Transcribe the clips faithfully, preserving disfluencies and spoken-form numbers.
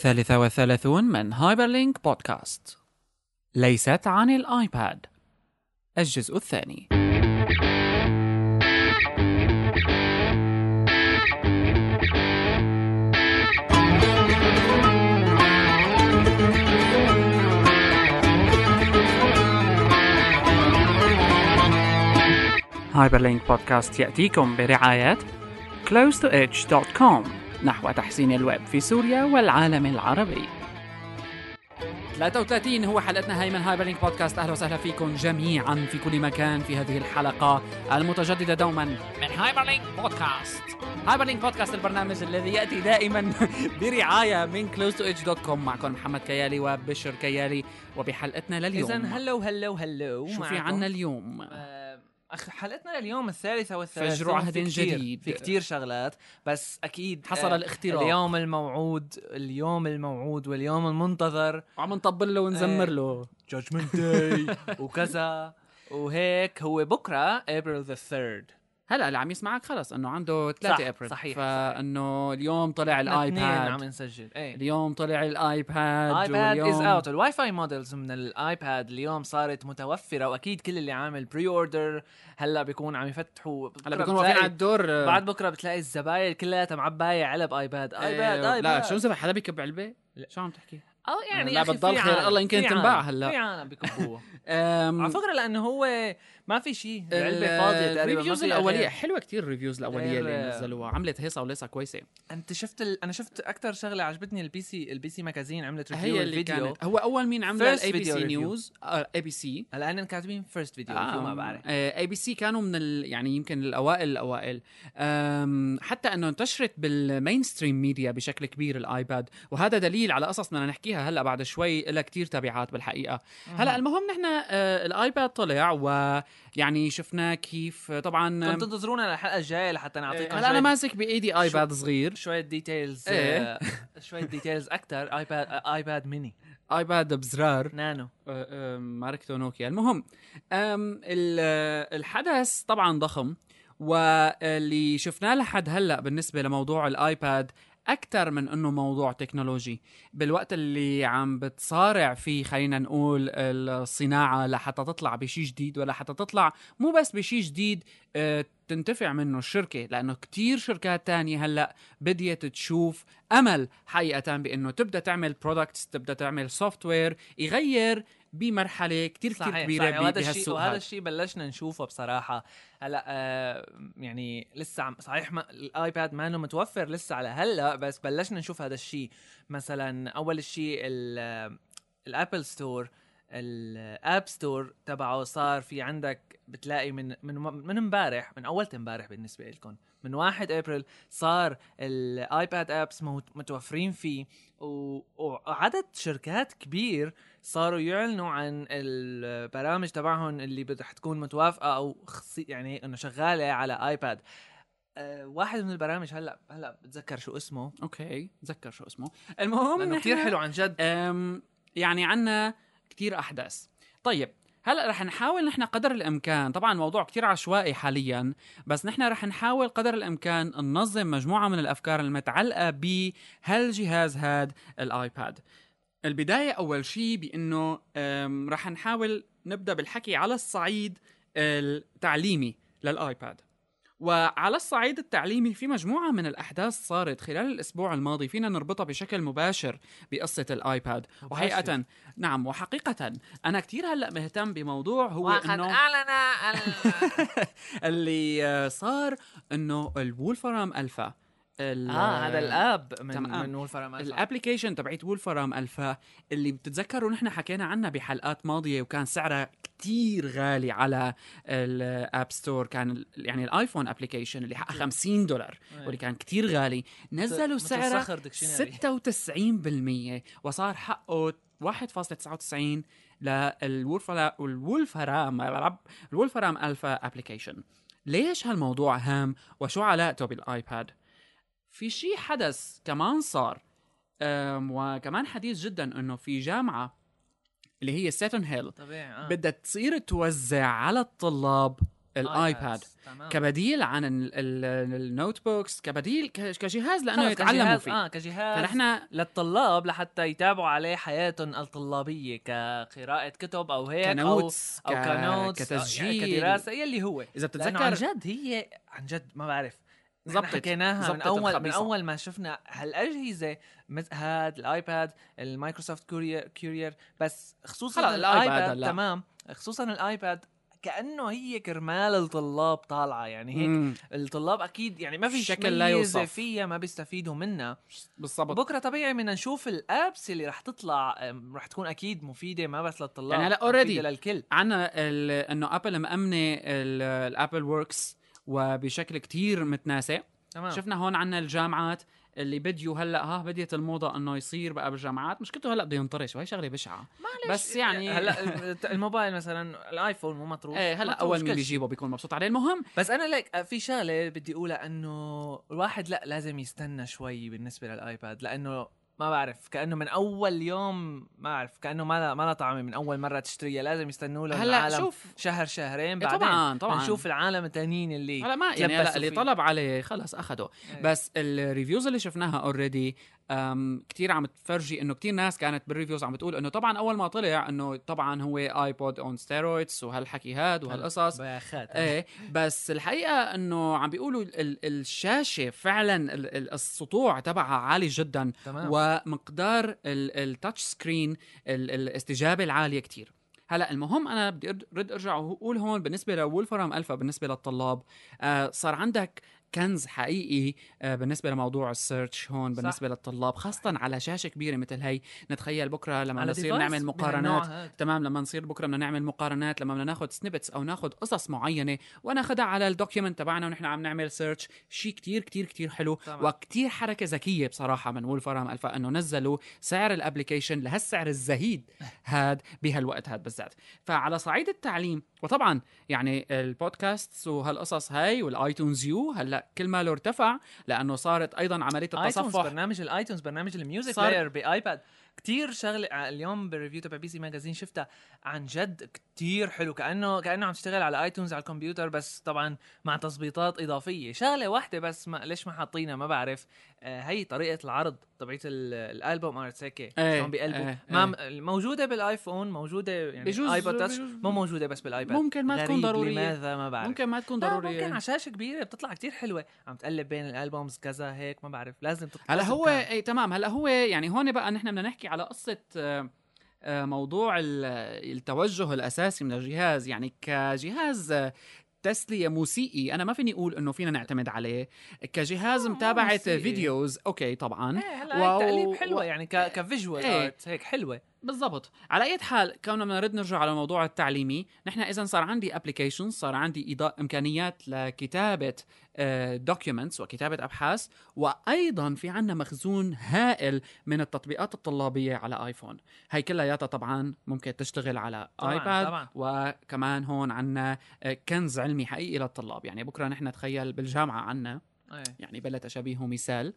الثالثة والثلاثون من هايبرلينك بودكاست. ليست عن الآيباد، الجزء الثاني. هايبرلينك بودكاست يأتيكم برعاية كلوز تو إيدج دوت كوم نحو تحسين الويب في سوريا والعالم العربي. ثلاثة وثلاثين هو حلقتنا هاي من هايبرلينك بودكاست. أهلا وسهلا فيكم جميعا في كل مكان في هذه الحلقة المتجددة دوما من هايبرلينك بودكاست. هايبرلينك بودكاست البرنامج الذي يأتي دائما برعاية من كلوز تو إيدج دوت كوم. معكم محمد كيالي وبشر كيالي، وبحلقتنا لليوم إذن هلو هلو هلو شو في عنا اليوم؟ آه أخ حلقتنا لليوم الثالثة والثلاثين، فجر عهد جديد، في كتير شغلات، بس أكيد حصل آه الاختراق، اليوم الموعود اليوم الموعود واليوم المنتظر، وعم نطبل له ونزمر له Judgment Day وكذا وهيك. هو بكرة April the third. هلا اللي عم يسمعك خلص انه عنده ثلاثة ابريل، صحيح، فانه اليوم طلع الايباد الايباد، عم نسجل ايه. اليوم طلع الايباد، ايباد از واليوم اوت. الواي فاي مودلز من الايباد اليوم صارت متوفره، واكيد كل اللي عامل بري اوردر هلا بيكون عم يفتحوا، هلا بيكونوا واقفين على الدور. بعد بكره بتلاقي الزباير كلها معبايه علب ايباد ايباد ايه ايباد. لا شو زبا حدا بيكب علبه؟ شو عم تحكي؟ اه يعني لا بتضل خير، الله يمكن تنباع هلا في عالم بيكبوها. على فكره لانه هو ما في شيء، العلبه فاضيه تقريبا. الريفيوز الاوليه حلوه كتير، الريفيوز الاوليه اللي غير- نزلوها عملت هيصه وليصه كويسه. انت شفت ال... انا شفت اكثر شغله عجبتني البي سي البي سي ماجازين عملت هي ريفيو اللي الفيديو. كانت هو اول مين عمل First الاي بي video سي review. نيوز، اي بي سي. هلا انا كاتبين فيرست فيديو ريفيو ما بعرف. اي بي سي كانوا من ال... يعني يمكن الاوائل الاوائل أم... حتى انه انتشرت بالمين ستريم ميديا بشكل كبير الايباد، وهذا دليل على قصص بدنا نحكيها هلا بعد شوي، لها كتير تبعات بالحقيقه. هلا المهم نحن آه الايباد طلع، ويعني شفنا كيف طبعا كنت تنتظرونا للحلقه الجايه لحتى نعطيكم هلا انا ماسك بايدي ايباد صغير، شويه ديتيلز. إيه. آه شويه ديتيلز اكثر. ايباد آه ايباد ميني ايباد بزرار نانو آه، آه، ماركته نوكيا. المهم أم، ال- آه، الحدث طبعا ضخم، واللي شفناه لحد هلا بالنسبه لموضوع الايباد أكتر من أنه موضوع تكنولوجي، بالوقت اللي عم بتصارع فيه خلينا نقول الصناعة لحتى تطلع بشي جديد، ولا حتى تطلع مو بس بشي جديد اه تنتفع منه الشركة، لأنه كتير شركات تانية هلأ بديت تشوف أمل حقيقة بأنه تبدأ تعمل برودكتس، تبدأ تعمل سوفتوير يغير بمرحلة كتير كتير صحيح كبيرة صحيح. وهذا الشيء بهالسوق. وهذا الشيء بلشنا نشوفه بصراحة هلا. آه يعني لسه عم صحيح ما الايباد ما انه متوفر لسه على هلا، بس بلشنا نشوف هذا الشيء. مثلا اول شيء الابل ستور، الاب ستور تبعه صار في عندك، بتلاقي من من من امبارح، من اول امبارح بالنسبه لكم، من واحد ابريل صار الايباد ابس متوفرين فيه، وعدد شركات كبير صاروا يعلنوا عن البرامج تبعهم اللي بدها تكون متوافقه او خصي يعني انه شغاله على ايباد. أه واحد من البرامج هلا هلا بتذكر شو اسمه. اوكي تذكر شو اسمه. المهم لانه كتير حلو عن جد. يعني عنا كتير احداث. طيب هلا رح نحاول نحن قدر الامكان، طبعا الموضوع كتير عشوائي حاليا، بس نحن رح نحاول قدر الامكان ننظم مجموعه من الافكار المتعلقه بهالجهاز هاد الايباد. البدايه اول شيء بانه رح نحاول نبدا بالحكي على الصعيد التعليمي للايباد. وعلى الصعيد التعليمي في مجموعة من الأحداث صارت خلال الأسبوع الماضي فينا نربطها بشكل مباشر بقصة الآيباد. وحقيقة نعم وحقيقة أنا كتير هلأ مهتم بموضوع هو إنه أعلن اللي صار إنه الولفرام ألفا، اه هذا الاب من تمام. من وولفرام ألفا، الابليكيشن تبعت وولفرام ألفا اللي بتتذكروا نحن حكينا عنها بحلقات ماضية، وكان سعرها كتير غالي على الاب ستور. كان يعني الايفون ابليكيشن اللي حقه خمسين دولار واللي كان كتير غالي، نزلوا سعره ستة وتسعين بالمية وصار حقه واحد فاصلة تسعة وتسعين للولفرام الولفرام ألفا ابليكيشن. ليش هالموضوع هام وشو علاقته بالايباد؟ في شيء حدث كمان صار وكمان حديث جدا، انه في جامعة اللي هي سيتون هيل طبيعي آه. بدها تصير توزع على الطلاب الايباد كبديل عن ال- ال- النوت بوكس، كبديل ك- كجهاز لانه يتعلموا فيه. اه كجهاز فنحن للطلاب لحتى يتابعوا عليه حياتهم الطلابيه كقراءه كتب او هيك او كنوتس او ك- كنوتس كتسجيل يعني كدراسه يلي هو. اذا لانه بتتذكر عن جد هي عن جد ما بعرف نحن زبطت حكيناها من زبطت اول من الخبيصة. اول ما شفنا هالاجهزه مثل هاد الايباد المايكروسوفت كورير كورير بس خصوصا هلا الآيباد الايباد هلا. تمام خصوصا الايباد كانه هي كرمال الطلاب طالعه يعني هيك مم. الطلاب اكيد يعني ما في الشكل لا ميزه يوصف. فيها ما بيستفيدوا منها. بالضبط. وبكره طبيعي بدنا نشوف الابس اللي رح تطلع أم، رح تكون اكيد مفيده ما بس للطلاب يعني هلا مفيدة already للكل. عنا ال- انه ابل مأمنه ال- الابل وركس وبشكل كتير متناسق. تمام. شفنا هون عنا الجامعات اللي بديو هلا ها بديت الموضه انه يصير بقى بالجامعات، مشكلته هلا بده ينطرش وهي شغله بشعه. بس يعني هلا الموبايل مثلا الايفون مو مطروح. ايه هلا مطروش اول كل مين شي. بيجيبه بيكون مبسوط عليه. المهم بس انا لك في شغله بدي اقولها انه الواحد لا لازم يستنى شوي بالنسبه للايباد لانه ما بعرف كانه من اول يوم ما بعرف كانه ما ما طعمه من اول مره تشتريها لازم يستنوا له هلا العالم شوف شهر شهرين إيه بعدين طبعا طبعا نشوف العالم التانيين اللي هلا ما يعني هلا تلبسوا اللي فيه. طلب عليه خلص اخده. أيه. بس الريفيوز اللي شفناها اوريدي كتير عم تفرجي انه كتير ناس كانت بالريفيوز عم بتقول انه طبعا اول ما طلع انه طبعا هو ايبود اون ستيرويدز وهالحكي هاد وهالقصص. ايه بس الحقيقه انه عم بيقولوا ال- الشاشه فعلا ال- ال- السطوع تبعها عالي جدا. تمام. ومقدار التاتش سكرين ال- الاستجابه العاليه كتير. هلا المهم انا بدي أرد- رد ارجع واقول هون بالنسبه لولفرام الفا بالنسبه للطلاب آه صار عندك كنز حقيقي آه بالنسبه لموضوع السيرش هون بالنسبه صح. للطلاب خاصه على شاشه كبيره مثل هي. نتخيل بكره لما على نصير device نعمل من النوع مقارنات هاد. تمام لما نصير بكره بدنا نعمل مقارنات لما بدنا ناخذ سنيبتس او ناخذ قصص معينه وناخذها على الدوكيومنت تبعنا ونحن عم نعمل سيرش. شيء كتير كتير كتير حلو طبعا. وكتير حركه ذكيه بصراحه من وولفرام الفا انه نزلوا سعر الابلكيشن لهالسعر الزهيد هاد بهالوقت هاد بالذات. فعلى صعيد التعليم وطبعا يعني البودكاست وهالقصص هاي والايتونز يو هلا كل ما له ارتفع لانه صارت ايضا عمليه ايتونز التصفح. برنامج الايتونز برنامج الميوزك صار- بلاير بايباد كتير شغله اليوم بالريفيو تبع بي سي ماجازين شفتها عن جد كتير حلو كانه كانه عم تشتغل على ايتونز على الكمبيوتر بس طبعا مع تظبيطات اضافيه. شغله واحده بس ما ليش ما حاطينها ما بعرف آه هي طريقه العرض تبعت الالبوم ارت هيك ايه شلون بيقلبوا ايه ما م- موجوده بالايفون موجوده يعني بجوز- ايباد تاتش بجوز- مو موجوده بس بالايباد. ممكن ما تكون غريب ضرورية. لماذا ما بعرف. ممكن ما تكون لا، ضروري. ممكن على شاشه كبيره بتطلع كتير حلوه عم تقلب بين الالبومز كذا هيك ما بعرف لازم تطلع. هلا لازم هو كان. اي تمام. هلا هو يعني هون بقى نحن بدنا نحكي على قصه آه، آه، موضوع ال- التوجه الاساسي من الجهاز. يعني كجهاز آه، تسلية موسيقي أنا ما فيني أقول إنه فينا نعتمد عليه كجهاز آه، متابعة موسيقي. فيديوز. أوكي طبعا ايه هلا و- هي تقليب حلوه و- يعني ك كفيجوال إيه. ارت هيك حلوه. بالضبط. على أي حال كنا بدنا نرد نرجع على الموضوع التعليمي. نحن إذا صار عندي ابلكيشن صار عندي إضاءة إمكانيات لكتابة دوكيومنتس وكتابة أبحاث وأيضا في عنا مخزون هائل من التطبيقات الطلابية على آيفون. هاي كلياتها طبعا ممكن تشتغل على طبعاً، آيباد طبعاً. وكمان هون عنا آه، كنز علمي حقيقي للطلاب. يعني بكرة نحن تخيل بالجامعة عنا ايه يعني بلا تشابيه ومثال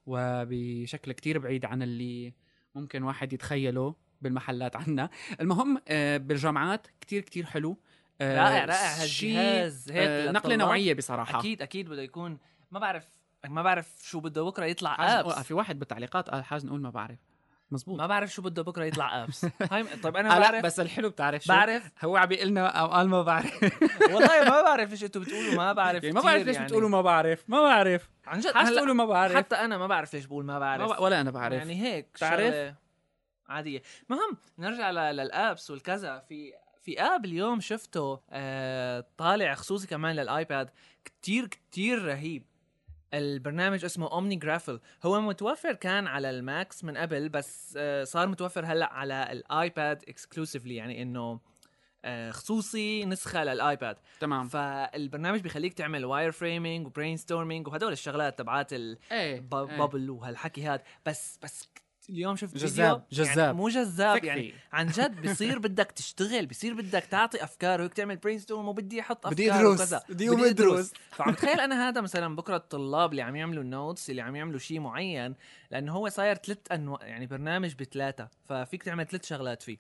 وبشكل كتير بعيد عن اللي ممكن واحد يتخيله بالمحلات عنا. المهم آه، بالجامعات كتير كتير حلو. آه، رائع رائع شيء، هالجهاز هيك آه، نقلة للطلاب. نوعية بصراحة. اكيد اكيد بده يكون ما بعرف ما بعرف شو بده بكره يطلع حاج... ابس. في واحد بالتعليقات قال حاج نقول ما بعرف. مزبوط. ما بعرف شو بده بكره يطلع ابس. هاي طيب انا آه لا بعرف بس الحلو بتعرف شو بعرف هو عم بيقول لنا او قال ما بعرف. والله ما بعرف ايش انتم بتقولوا ما بعرف يعني ما كتير بعرف ليش يعني. بتقولوا ما بعرف. ما بعرف عن جد حاج هلا تقولوا ما بعرف. حتى انا ما بعرف ليش بقول ما بعرف ما ب... ولا انا بعرف. يعني هيك تعرف؟ شغلة عادية. مهم نرجع ل- للابس والكذا. في في اب اليوم شفته آه طالع خصوصي كمان للايباد كتير كتير رهيب. البرنامج اسمه اومني جرافل. هو متوفر كان على الماكس من قبل بس آه صار متوفر هلا على الايباد اكسكلوسيفلي يعني انه آه خصوصي نسخة للايباد. تمام. فالبرنامج بيخليك تعمل واير فريمينج وبرين ستورمينج وهدول الشغلات تبعات ال ايه بابل وهالحكي هاد. بس بس اليوم شفت جذاب فيديو جذاب يعني مو جذاب فكري. يعني عن جد بصير بدك تشتغل بصير بدك تعطي افكار وهيك تعمل برين ستورم وبدي احط بدي افكار ادرس وكذا بدي يوم ادرس. فعم تخيل انا هذا مثلا بكره الطلاب اللي عم يعملوا نوتس اللي عم يعملوا شيء معين لانه هو صاير ثلاث انواع يعني برنامج بثلاثه ففيك تعمل ثلاث شغلات فيه.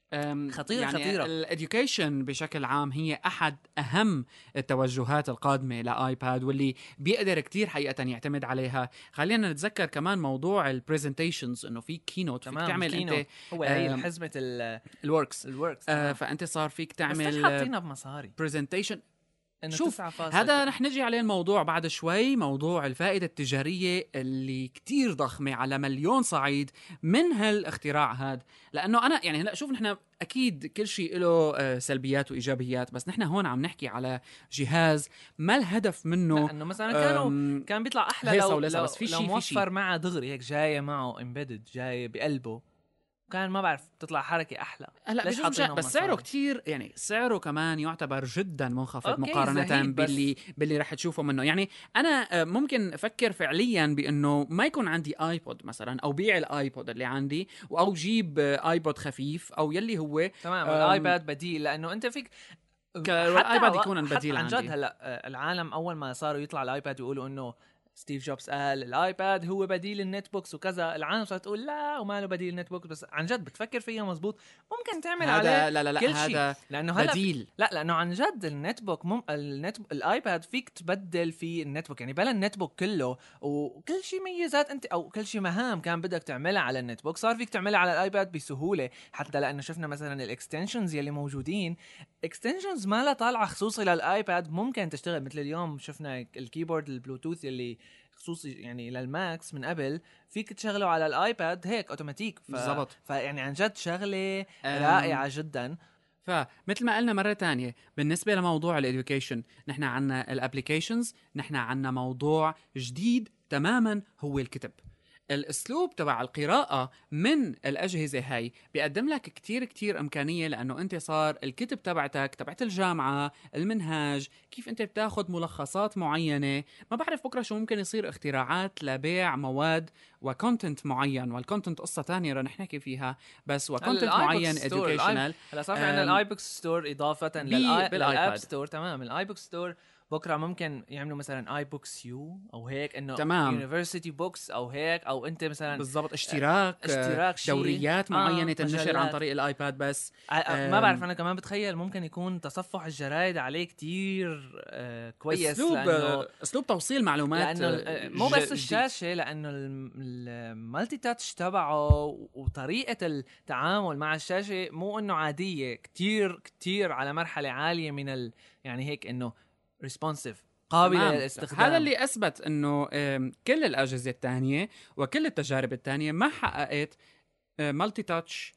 أم، خطيرة يعني خطيرة. الاديوكيشن بشكل عام هي احد اهم التوجهات القادمه لايباد، واللي بيقدر كتير حقيقه يعتمد عليها. خلينا نتذكر كمان موضوع البرزنتيشنز، انه في كينوت فيك تمام، تعمل الكينوت انت هو هي آم، حزمة الوركس، الوركس. آه فانت صار فيك بس ليش تعمل حاطينها بمصاري؟ برزنتيشن. انه شوف، تسعة فاصلة هذا رح نجي عليه الموضوع بعد شوي، موضوع الفائدة التجارية اللي كتير ضخمة على مليون صعيد من هالاختراع هذا. لأنه أنا يعني هلأ شوف، نحن أكيد كل شيء له آه، سلبيات وإيجابيات، بس نحن هون عم نحكي على جهاز ما الهدف منه. انه مثلا كانوا أم، كان بيطلع احلى هيصة لو وليصة، لو, بس في لو شيء في شيء موفر معه دغري هيك، جايه معه امبيدد، جايه بقلبه، كان ما بعرف تطلع حركه احلى. هلا ليش بجوز مش- حاطينهم بس سعره مصاري؟ كتير، يعني سعره كمان يعتبر جدا منخفض أوكي، مقارنة زهيد، بس- باللي باللي رح تشوفه منه. يعني انا آه، ممكن افكر فعليا بانه ما يكون عندي ايبود مثلا، او بيع الايبود اللي عندي، او جيب آه، ايبود خفيف، او يلي هو تمام. أم، الايباد بديل، لانه انت فيك ك- والايباد يكون حتى بديل عن جد. عندي. هلا آه، العالم اول ما صاروا يطلع الايباد يقولوا انه ستيف جوبز قال الايباد هو بديل النت بوكس وكذا، العالم صارت تقول لا وما له بديل النت بوكس. بس عن جد بتفكر فيها مزبوط، ممكن تعمل هذا عليه لا لا لا كل شيء، هذا لانه هلا في... بديل. لا، لانه عن جد النت بوك مم... النت الايباد فيك تبدل في النت بوك، يعني بلا النت بوك كله وكل شيء ميزات انت، او كل شيء مهام كان بدك تعملها على النت بوك صار فيك تعملها على الايباد بسهوله. حتى لانه شفنا مثلا الاكستنشنز يلي موجودين، اكستنشنز ما لها طالعه خصوصي للايباد، ممكن تشتغل مثل اليوم شفنا الكيبورد البلوتوث يلي خصوصي يعني للماكس من قبل، فيك تشغله على الايباد هيك اوتوماتيك. ف... بالضبط. فيعني عن جد شغله أم، رائعه جدا. فمثل ما قلنا مرة تانية، بالنسبة لموضوع الإديوكيشن، نحن عنا الابليكيشنز، نحن عنا موضوع جديد تماما هو الكتب. الاسلوب تبع القراءة من الأجهزة هاي بيقدم لك كتير كتير إمكانية، لأنه أنت صار الكتب تبعتك تبعت الجامعة، المنهاج، كيف أنت بتاخد ملخصات معينة. ما بعرف بكرة شو ممكن يصير اختراعات لبيع مواد وكونتنت معين، والكونتنت قصة تانية رح نحكي فيها، بس وكونتنت معين educational. هلا صار في عندنا أم، الاي بوك ستور اضافه بي- للآي... بالآيباد. للاب ستور. تمام، الاي بوك ستور بكره ممكن يعملوا مثلا اي بوكس يو او هيك، انه تمام. يونيفرسيتي بوكس او هيك، او انت مثلا بالضبط، اشتراك اشتراك شيء، دوريات آه، معينة تنشر عن مجلات. طريق الايباد. بس ع- ما بعرف، انا كمان بتخيل ممكن يكون تصفح الجرايد عليه كتير آه كويس، اسلوب لانه اسلوب توصيل معلومات لانه آه، ال- مو بس ج- الشاشه، لانه الم- المالتي تاتش تبعه وطريقه التعامل مع الشاشه مو انه عاديه، كتير كتير على مرحله عاليه من ال يعني هيك انه ريسبونسيف، قابله تمام. للاستخدام. هذا اللي اثبت انه آم، كل الاجهزه الثانيه وكل التجارب الثانيه ما حققت مالتي تاتش،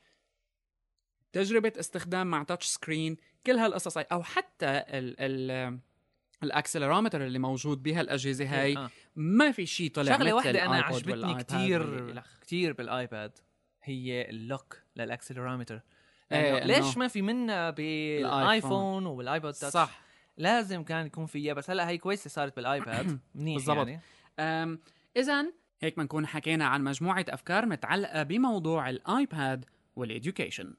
تجربه استخدام مع تاتش سكرين، كل هالقصص هاي، او حتى ال ال الاكسلرومتر اللي موجود بها الاجهزه هاي آه. ما في شيء طلع شغله مثل واحده انا الآيبود عجبتني والآيباد كتير والإلخ. كتير بالايباد، هي اللوك للاكسلرومتر. ايه لانه ليش إنه ما في منها بالايفون والايبود تاتش؟ صح، لازم كان يكون فيها، بس هلا هي كويسه صارت بالايباد. منيح بالضبط. يعني. إذن هيك بنكون حكينا عن مجموعة أفكار متعلقة بموضوع الآيباد والإديوكيشن.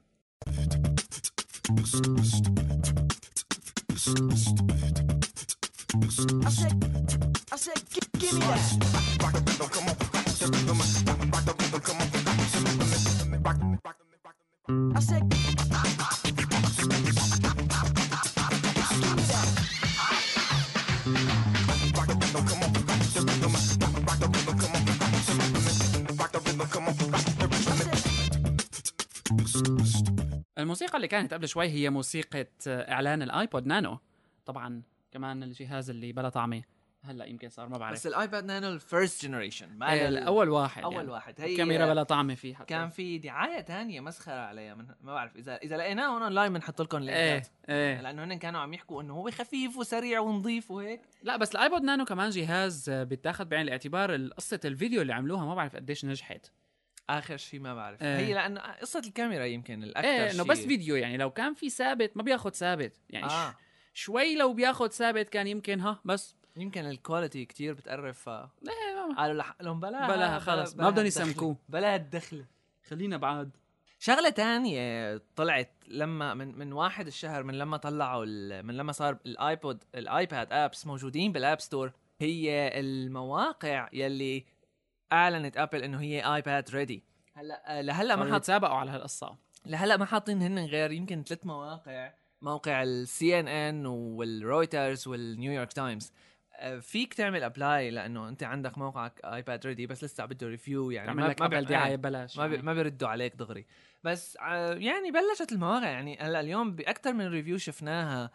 الموسيقى اللي كانت قبل شوي هي موسيقى إعلان الآيبود نانو، طبعا كمان الجهاز اللي بلا طعمه هلا يمكن صار ما بعرف، بس الايباد نانو الفيرست جنريشن، إيه الاول واحد، اول يعني. واحد. هي كاميرا بلا طعمه فيه حتى. كان في دعايه تانية مسخره عليها، من ما بعرف اذا اذا لقيناها هون اونلاين بنحط لكم ايه لينكات. ايه لانه هن كانوا عم يحكوا انه هو خفيف وسريع ونظيف وهيك. لا بس الايبود نانو كمان جهاز بيتاخذ بعين الاعتبار، قصه الفيديو اللي عملوها ما بعرف قديش نجحت. اخر شيء ما بعرف. إيه. هي لانه قصه الكاميرا يمكن الاكثر ايه شيء انه بس فيديو، يعني لو كان في ثابت ما بياخذ ثابت، يعني آه. ش... شوي لو بياخذ ثابت كان يمكن ها بس يمكن الكواليتي كتير بتقرف. ف ايه ما- قالوا لح... لهم بلاها بلاها خلص، ما بدهم الدخلة. يسمكوه. بلا الدخله. خلينا بعد. شغله تانية طلعت لما من من واحد الشهر، من لما طلعوا ال... من لما صار الايبود الايباد ابس موجودين بالاب ستور، هي المواقع يلي اعلنت ابل انه هي ايباد ريدي. هلا لهلا ما ما حط يتسابقوا على هالقصه. لهلا ما حاطين هن غير يمكن ثلاث مواقع، موقع السي ان ان والرويترز والنيويورك تايمز. فيك تعمل ابلاي لانه انت عندك موقعك ايباد ريدي، بس لسه بده ريفيو يعني تعمل لك قبل دعايه ببلاش ما, يعني. بي ما بيردوا عليك دغري. بس يعني بلشت المواقع يعني هلا اليوم باكثر من ريفيو شفناها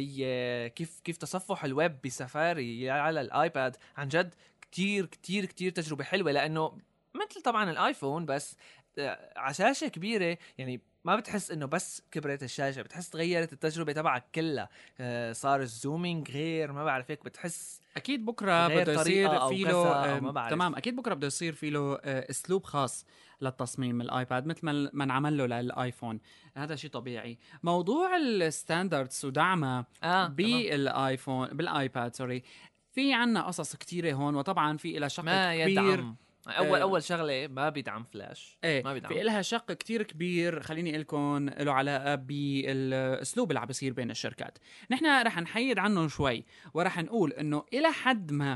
هي كيف كيف تصفح الويب بسفاري على الايباد. عن جد كتير كتير كتير تجربه حلوه، لانه مثل طبعا الايفون بس على شاشه كبيره، يعني ما بتحس انه بس كبرت الشاشه، بتحس تغيرت التجربه تبعك كلها. آه صار الزومينج غير، ما بعرف هيك بتحس اكيد بكره بده يصير في له تمام. اكيد بكره بده يصير في له اسلوب خاص للتصميم الايباد مثل ما ما انعمل له للايفون. هذا شيء طبيعي. موضوع الستاندردز ودعمها آه بالايفون بالايباد سوري، في عنا قصص كتيره هون، وطبعا في لها شق ما كبير. يدعم اول آه اول شغله ما بيدعم فلاش. ايه ما بيدعم. في لها شق كتير كبير. خليني اقول لكم له علاقه بالاسلوب اللي عم بيصير بين الشركات. نحن رح نحيد عنه شوي ورح نقول انه الى حد ما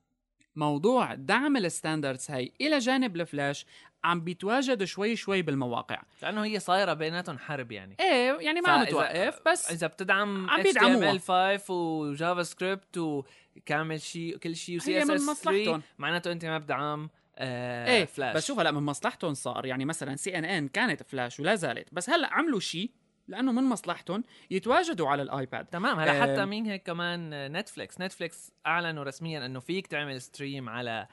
موضوع دعم الستاندردز هاي الى جانب الفلاش عم بيتواجد شوي شوي بالمواقع، لانه هي صايره بيناتهم حرب يعني. ايه يعني ما عم توقف، بس اذا بتدعم عم إتش تي إم إل بيدعموها خمسة وجافا سكريبت وكامل شيء كل شيء وسي هي اس من اس مصلحتهم. معناته انت ما بدعم آه ايه فلاش. بس شوف هلا من مصلحتهم صار، يعني مثلا سي ان ان كانت فلاش ولا زالت، بس هلا عملوا شيء لانه من مصلحتهم يتواجدوا على الايباد. تمام. هلا حتى مين هيك كمان نتفليكس نتفليكس اعلنوا رسميا انه فيك تعمل ستريم على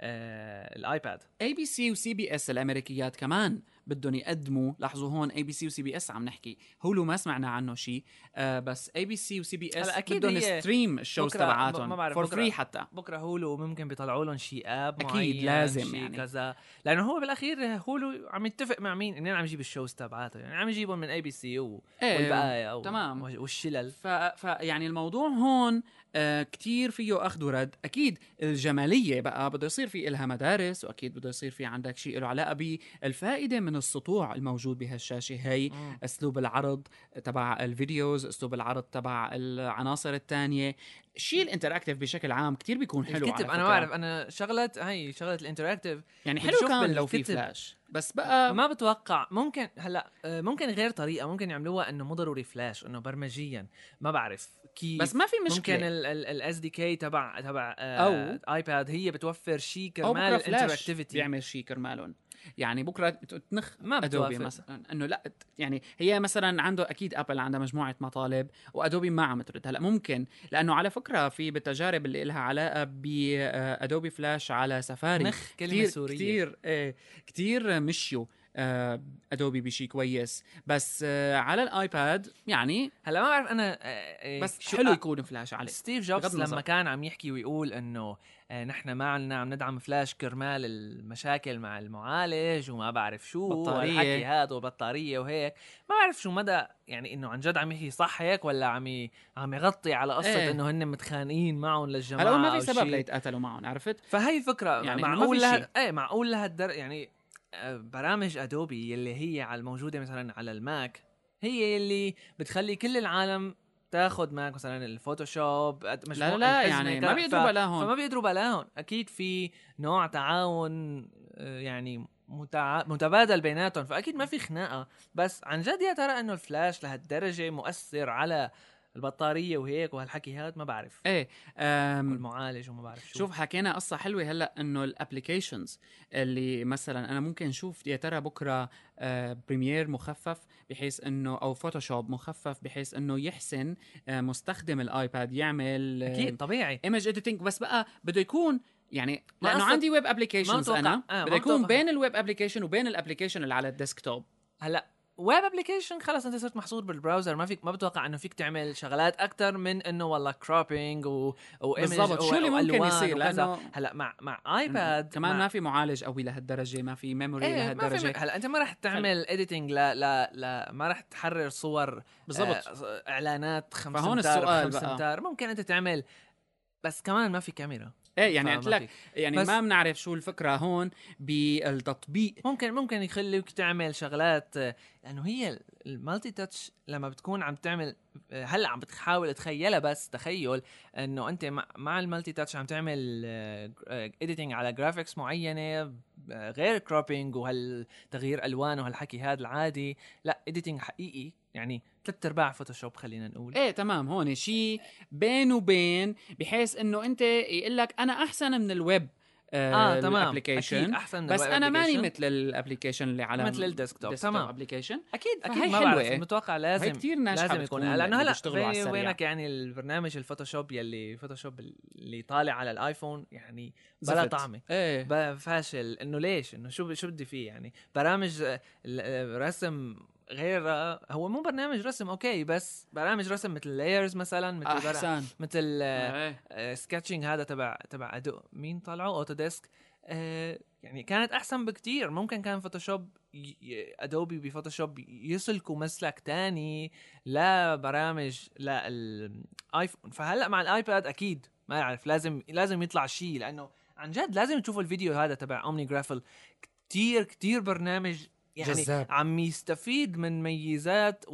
آه الايباد. اي بي سي وسي بي اس الامريكيات كمان بدهم يقدموا. لاحظوا هون اي بي سي وسي بي اس عم نحكي، هولو ما سمعنا عنه شيء. آه بس اي بي سي وسي بي اس بدهم ستريم الشوز تبعاتهم فور فري. حتى بكره هولو ممكن بيطلعوا لهم شيء اب اكيد معين لازم يعني كذا، لانه هو بالاخير هولو عم يتفق مع مين انين عم يجيب الشوز تبعاته، يعني عم يجيبهم من اي بي سي و... ايه والبقايا او تمام والشلل. ف... ف يعني الموضوع هون آه كتير فيه اخذ ورد. اكيد الجماليه بقى بده يصير في إلها مدارس، واكيد بده يصير في عندك شيء له علاقه بالفائده من السطوع الموجود بهالشاشه هي. مم. اسلوب العرض تبع الفيديوز، اسلوب العرض تبع العناصر الثانيه، شيء الانتراكتيف بشكل عام كتير بيكون حلو. الكتب انا ما بعرف، انا شغلت هي شغله الانتراكتيف يعني حلو كان لو في فلاش، بس بقى ما بتوقع ممكن هلا ممكن غير طريقه ممكن يعملوها انه مو ضروري فلاش، انه برمجيا ما بعرف كيف. بس ما في مشكله. ممكن الاس دي كي تبع تبع او ايباد هي بتوفر شيء كرمال الانتراكتيفيتي، بيعمل شيء كرمالهم. يعني بكره تنخ ما ادوبي مثلا انه لا، يعني هي مثلا عنده اكيد ابل عندها مجموعه مطالب وادوبي ما عم ترد. هلا ممكن لانه على فكره في بالتجارب اللي لها علاقه بادوبي فلاش على سفاري نخ كلمه سوريه كثير ايه كثير مشيوا ادوبي بشيء كويس. بس على الايباد يعني هلا ما بعرف انا بس حلو يكون فلاش عليه. ستيف جوبز لما كان عم يحكي ويقول انه نحن ما عنا عم ندعم فلاش كرمال المشاكل مع المعالج وما بعرف شو والحكي هذا وبطاريه وهيك، ما بعرف شو مدى يعني انه عن جد عم يحكي صح هيك ولا عم عم يغطي على قصه ايه. انه هن متخانقين معهم للجماعه. هلا ما في سبب ليتقاتلوا معهم، عرفت؟ فهي فكره يعني معقول لها ايه معقول لها الدر... يعني برامج ادوبي اللي هي على الموجوده مثلا على الماك هي اللي بتخلي كل العالم تاخد معك مثلا الفوتوشوب لا لا, لا يعني ما بيقدروا بلاهم فما بيقدروا بلاهم. اكيد في نوع تعاون يعني متع... متبادل بيناتهم، فاكيد ما في خناقه. بس عن جد يا ترى انه الفلاش لهالدرجه مؤثر على البطاريه وهيك وهالحكي هذا ما بعرف. ايه المعالج وما بعرف شو. شوف حكينا قصه حلوه هلا انه الابليكيشنز اللي مثلا انا ممكن نشوف يا ترى بكره آه بريمير مخفف بحيث انه او فوتوشوب مخفف بحيث انه يحسن آه مستخدم الايباد يعمل آه اكيد طبيعي ايمج اديتنج. بس بقى بده يكون يعني لانه عندي ويب ابليكيشنز انا آه بده يكون بين الويب ابليكيشن وبين الابليكيشن اللي على الديسكتوب. هلا ويب ابليكيشن خلص انت صرت محصور بالبراوزر، ما فيك ما بتوقع انه فيك تعمل شغلات اكثر من انه والله كروبينج و بالضبط شو اللي ممكن يصير. لانه هلا مع مع ايباد كمان مع ما في معالج قوي لهالدرجه، ما في ميموري ايه لهالدرجه. هلا انت ما راح تعمل اديتنج لا لا لا ما راح تحرر صور بالضبط آه اعلانات خمس فهون امتار السؤال خمس امتار ممكن انت تعمل، بس كمان ما في كاميرا. ايه يعني قلت لك يعني ما بنعرف شو الفكره هون بالتطبيق. ممكن ممكن يخليك تعمل شغلات لانه هي المالتي تاتش لما بتكون عم تعمل هلا عم بتحاول تخيلها، بس تخيل انه انت مع المالتي تاتش عم تعمل اديتنج على جرافيكس معينه غير كروبينج وهالتغيير الوان وهالحكي هذا العادي، لا اديتنج حقيقي يعني ثلاث ارباع فوتوشوب خلينا نقول. ايه تمام، هون شيء بين وبين، بحيث انه انت يقول لك انا احسن من الويب اه تمام الابلكيشن، احسن من بس انا ماني application. مثل الابلكيشن اللي على مثل الديسكتوب. تمام ابلكيشن. اكيد اكيد فهي ما حلوة. بعرف، متوقع لازم كتير ناجحة لازم يكون، لانه هلا بيني وبينك يعني البرنامج الفوتوشوب يلي فوتوشوب اللي طالع على الايفون يعني بلا طعمه، ايه فاشل. انه ليش؟ انه شو شو بدي فيه يعني؟ برامج رسم غير، هو مو برنامج رسم اوكي، بس برامج رسم مثل لايرز مثلا، مثل احسن مثل آه سكتشنج هذا تبع تبع ادو مين طلعوا اوتوديسك، آه يعني كانت احسن بكتير. ممكن كان فوتوشوب ادوبي بفوتوشوب يسلكوا مسلك تاني لا برامج لا الايفون. فهلا مع الايباد اكيد ما اعرف لازم لازم يطلع شيء، لانه عن جد لازم تشوفوا الفيديو هذا تبع اومني جرافل. كتير كتير برنامج يعني جزاب. عم يستفيد من ميزات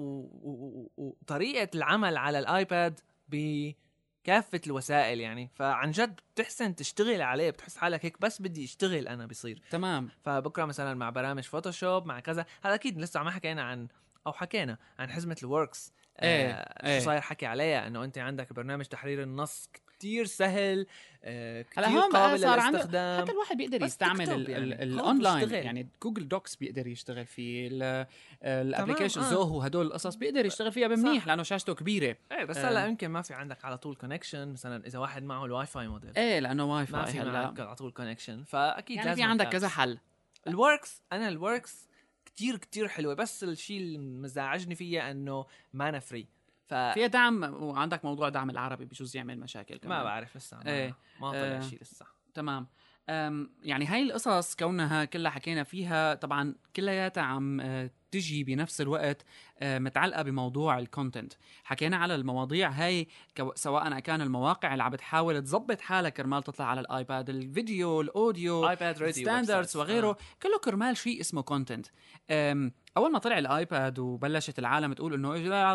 وطريقة العمل على الايباد بكافة الوسائل يعني. فعن جد بتحسن تشتغل عليه، بتحس حالك هيك بس بدي اشتغل انا بصير تمام. فبكرة مثلا مع برامج فوتوشوب مع كذا، هذا اكيد لسه ما حكينا عن او حكينا عن حزمة الوركس. ايه آه ايه. شو صاير حكي عليها، انه انت عندك برنامج تحرير النص كتير سهل، آه كتير قابل للاستخدام، حتى الواحد بيقدر يستعمل يعني الاونلاين يعني جوجل دوكس بيقدر يشتغل فيه، الابلكيشن آه. زوهو هدول القصص بيقدر يشتغل فيها بمنيح لانه شاشته كبيره. ايه بس هلا آه. يمكن ما في عندك على طول كونكشن مثلا اذا واحد معه الواي فاي موديل، ايه لانه واي فاي ما في هلا على طول كونكشن، فاكيد يعني لازم في عندك كذا حل. الوركس انا الوركس كتير كتير حلوه، بس الشيء اللي مزعجني فيها انه ما أنا فري. ف... فيها دعم، وعندك موضوع دعم العربي بجوز يعمل مشاكل كمان. ما بعرف لسه ما, ايه. ما طلع آه. شيء لسه. تمام. يعني هاي القصص كونها كلها حكينا فيها طبعا كلياتها عم تجي بنفس الوقت متعلقة بموضوع الكونتنت. حكينا على المواضيع هاي سواء كان المواقع اللي عم بتحاول تزبط حالك كرمال تطلع على الايباد، الفيديو اوديو ستاندردز وغيره، آه. كله كرمال شيء اسمه كونتنت. اول ما طلع الايباد وبلشت العالم تقول انه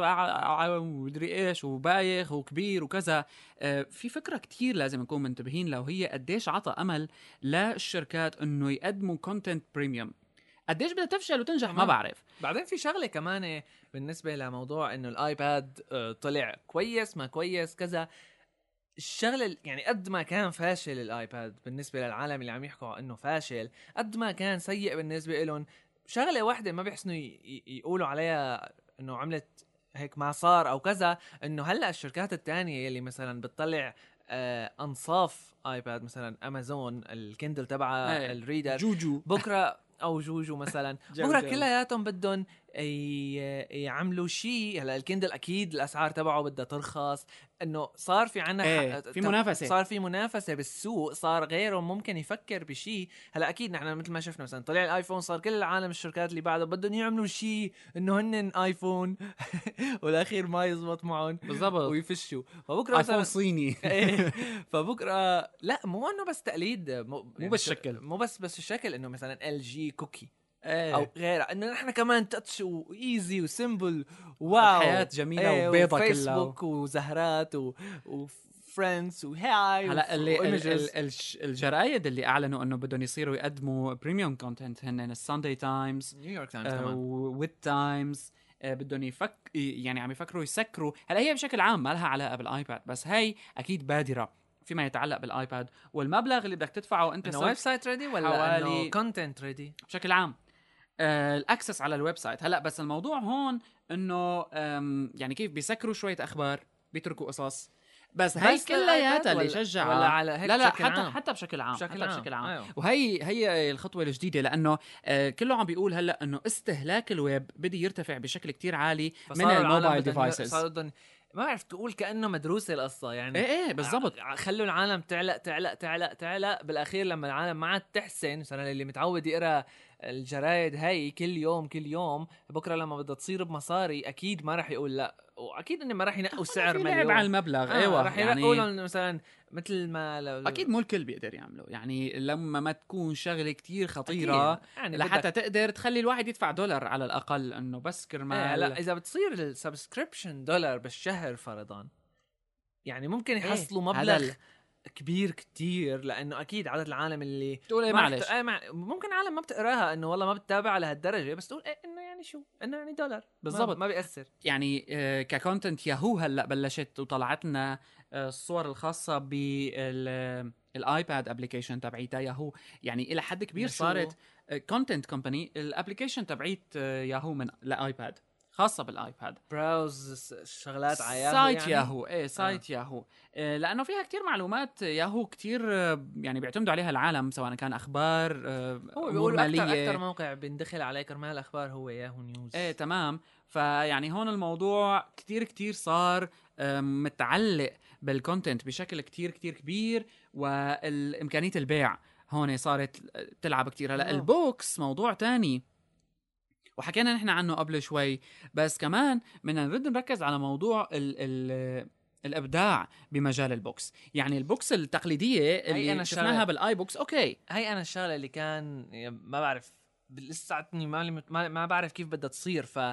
ودري ايش وبايخ وكبير وكذا، في فكره كتير لازم نكون منتبهين لها، وهي قديش عطى امل للشركات انه يقدموا كونتنت بريميوم. قديش بدها تفشل وتنجح ما بعرف. بعدين في شغله كمان بالنسبه لموضوع انه الايباد طلع كويس ما كويس كذا، الشغله يعني قد ما كان فاشل الايباد بالنسبه للعالم اللي عم يحكوا انه فاشل، قد ما كان سيء بالنسبه لهم شغله واحده ما بيحسنوا يقولوا عليها انه عملت هيك ما صار او كذا، انه هلا الشركات التانية اللي مثلا بتطلع آه انصاف ايباد مثلا امازون الكندل تبعها الريدر جوجو بكره او جوجو مثلا بكره كلياتهم بدهم يعملوا شيء. هلا الكندل اكيد الاسعار تبعه بدها ترخص، انه صار في عنا ايه في منافسه، صار في منافسه بالسوق، صار غيره ممكن يفكر بشيء. هلا اكيد نحن مثل ما شفنا مثلا طلع الايفون، صار كل العالم الشركات اللي بعده بدهم يعملوا شيء انه هن ايفون والاخير ما يزبط معهم بالضبط ويفشوا. فبكره ايفون صيني فبكره لا مو انه بس تقليد، مو, مو بالشكل، مو بس بس الشكل، انه مثلا ال جي كوكي ايه. او غيرها، انه نحن كمان تاتش وايزي وسيمبل واو حياه جميله ايه وبيضه كلها، فيسبوك وزهرات و... وفريندز وهاي. هلا اللي ال ال الجرايد اللي اعلنوا انه بدهم يصيروا يقدموا بريميوم كونتنت هن الساندي تايمز، نيويورك تايمز كمان وويت تايمز، بدهم يفك يعني عم يفكروا يسكروا. هلا هي بشكل عام ما لها علاقه بالايباد، بس هي اكيد بادره فيما يتعلق بالايباد، والمبلغ اللي بدك تدفعه انت انه ويب سايت ريدي ولا انه كونتنت ريدي بشكل عام، آه الاكسس على الويب سايت. هلا بس الموضوع هون انه يعني كيف بيسكروا شويه اخبار، بيتركوا قصص، بس هي كلياتها اللي شجع ولا على هيك لا لا بشكل حتى عام. حتى بشكل عام بشكل حتى عام. بشكل عام أيوه. وهي هي الخطوه الجديده، لانه آه كله عم بيقول هلا انه استهلاك الويب بده يرتفع بشكل كتير عالي من الموبايل ديفايسز. ما بعرف تقول كأنه مدروسة القصة يعني. ايه ايه بالضبط، خلوا العالم تعلق تعلق تعلق تعلق بالاخير لما العالم ما عاد تحسن. مثلا اللي متعود يقرا الجرايد هاي كل يوم كل يوم، بكره لما بدها تصير بمصاري اكيد ما راح يقول لا، واكيد انه ما راح ينقوا سعر مليون على المبلغ. آه ايوه راح يعني يقولوا مثلا مثل ما لو اكيد مو الكل بيقدر يعمله، يعني لما ما تكون شغله كتير خطيره يعني لحتى بدك... تقدر تخلي الواحد يدفع دولار على الاقل انه بس كرمال ايه لا اذا بتصير السبسكريبشن دولار بالشهر فرضا، يعني ممكن يحصلوا إيه؟ مبلغ كبير كتير، لانه اكيد عدد العالم اللي تقول ايه ما معلش بت... آه مع... ممكن عالم ما بتقراها انه والله ما بتتابع لهالدرجه، بس تقول إيه انه يعني شو انه يعني دولار بالضبط. ما, ما بيأثر. يعني آه، ككونتنت ياهو هلا بلشت وطلعت لنا آه، الصور الخاصه بالايباد ابلكيشن تبعيتها ياهو، يعني الى حد كبير شو؟ صارت كونتنت كومباني. الابلكيشن تبعيت آه، ياهو من الايباد خاصه بالايباد، براوز شغلات على ياهو سايت يعني. ياهو ايه سايت آه. ياهو آه، لانه فيها كتير معلومات ياهو كتير آه، يعني بيعتمدوا عليها العالم، سواء كان اخبار آه، هو امور بيقولوا اكثر ماليه. اكثر موقع بندخل عليه كرمال الاخبار هو ياهو نيوز. ايه تمام. فيعني هون الموضوع كتير كتير صار آم، متعلق بالكونتنت بشكل كتير كتير كبير، والامكانيه البيع هون صارت تلعب كتير. هلا آه. البوكس موضوع تاني وحكينا نحن عنه قبل شوي، بس كمان بدنا نرد نركز على موضوع ال ال الابداع بمجال البوكس. يعني البوكس التقليديه اللي أنا شفناها الشغلة- بالاي بوكس اوكي، هي انا الشغله اللي كان ما بعرف لساتني ما ما ما بعرف كيف بدها تصير. ف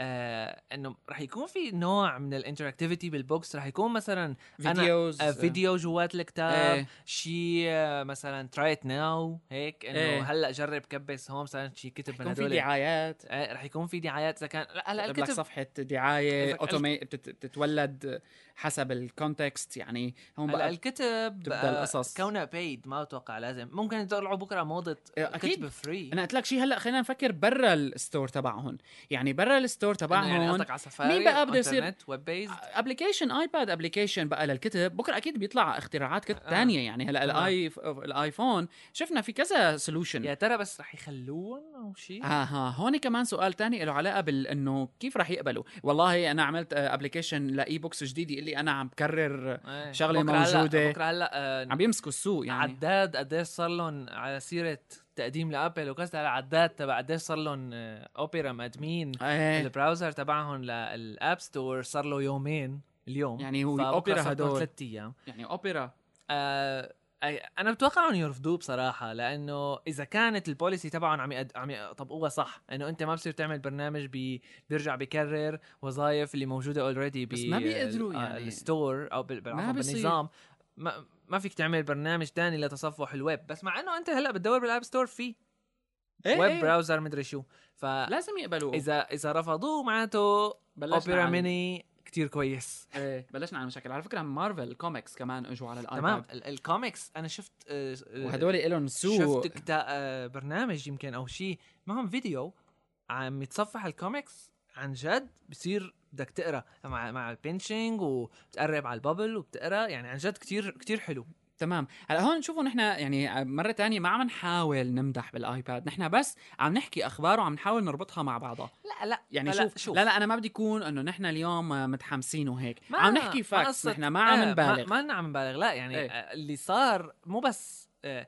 آه انه رح يكون في نوع من الانتراكتيفيتي بالبوكس، رح يكون مثلا فيديوز آه فيديو جوات الكتاب، ايه شيء آه مثلا ترايت ناو هيك انه إيه. هلا جرب كبس هون مثلا شيء كتب من يكون في هدول. دعايات، آه رح يكون في دعايات اذا كان هلا تكتب لك الكتب صفحة دعاية إذا- اوتومي بتتولد حسب الكونتكست. يعني هم هلا بقى الكتب تبدا آه القصص. كونها بيد ما اتوقع لازم، ممكن يطلعوا بكره موضه اكيد كتب فري. انا قلت لك شيء. هلا خلينا نفكر برا الستور تبعهم، يعني برا الستور انه يعني تبعهم قصدك على سفاري مين بقى بده يصير انترنت ويب بيزد؟ ابلكيشن ايباد ابلكيشن بقى للكتب. بكره اكيد بيطلع اختراعات كتب آه. تانية. يعني هلا تمام. الاي الايفون شفنا في كذا سولوشن. يا ترى بس رح يخلوهم او شيء؟ اه ها هون كمان سؤال تاني له علاقه بانه كيف راح يقبلوا. والله انا عملت ابلكيشن لاي بوكس جديد يقول لي انا عم بكرر ايه. شغله بكره موجوده. هلا بكره هلا آه عم بيمسكوا السوق يعني. عداد قديش صار لهم على سيره تقديم لابل وقصد على عداد تبع قديش صار لهم آه اوبرا مقدمين ايه البراوزر تبعهم للاب ستور صار له يومين اليوم. يعني هو فبكره اوبرا صار لهم هدول ثلاث ايام. يعني اوبرا آه أي- انا بتوقع انه يرفضوه بصراحه، لانه اذا كانت البوليسي تبعهم عم يقد... عم يطبقوها صح، انه انت ما بصير تعمل برنامج بي... بيرجع بيكرر وظائف اللي موجوده اوريدي ب بس ما بيقدروا يعني. الستور او بال... ما عفوا بيصير. بالنظام. ما ما فيك تعمل برنامج تاني لتصفح الويب، بس مع انه انت هلا بتدور بالاب ستور في ايه ويب ايه براوزر مدري شو. لازم يقبلوا. فاذا اذا رفضوه معناته بلشنا اوبرا عن- ميني كتير كويس. ايه بلشنا على مشاكل. على فكره مارفل كوميكس كمان اجوا على الايباد. تمام. ال- الكوميكس انا شفت آه، آه، وهدول لهم سوق. شفت كتا... آه، برنامج يمكن او شيء معهم فيديو عم يتصفح الكوميكس عن جد، بصير بدك تقرا مع مع البنشنج وبتقرب على البابل وبتقرا، يعني عن جد كتير كتير حلو. تمام. هلا هون شوفوا نحن يعني مره تانية ما عم نحاول نمدح بالايباد، نحن بس عم نحكي اخبار وعم نحاول نربطها مع بعضها. لا لا يعني لا شوف, شوف لا لا انا ما بدي يكون انه نحن اليوم متحمسين وهيك، ما عم نحكي ما فاكس. قصة- نحن ما عم آه، نبالغ. ما, ما عم نبالغ لا يعني ايه. آه، اللي صار مو بس آه،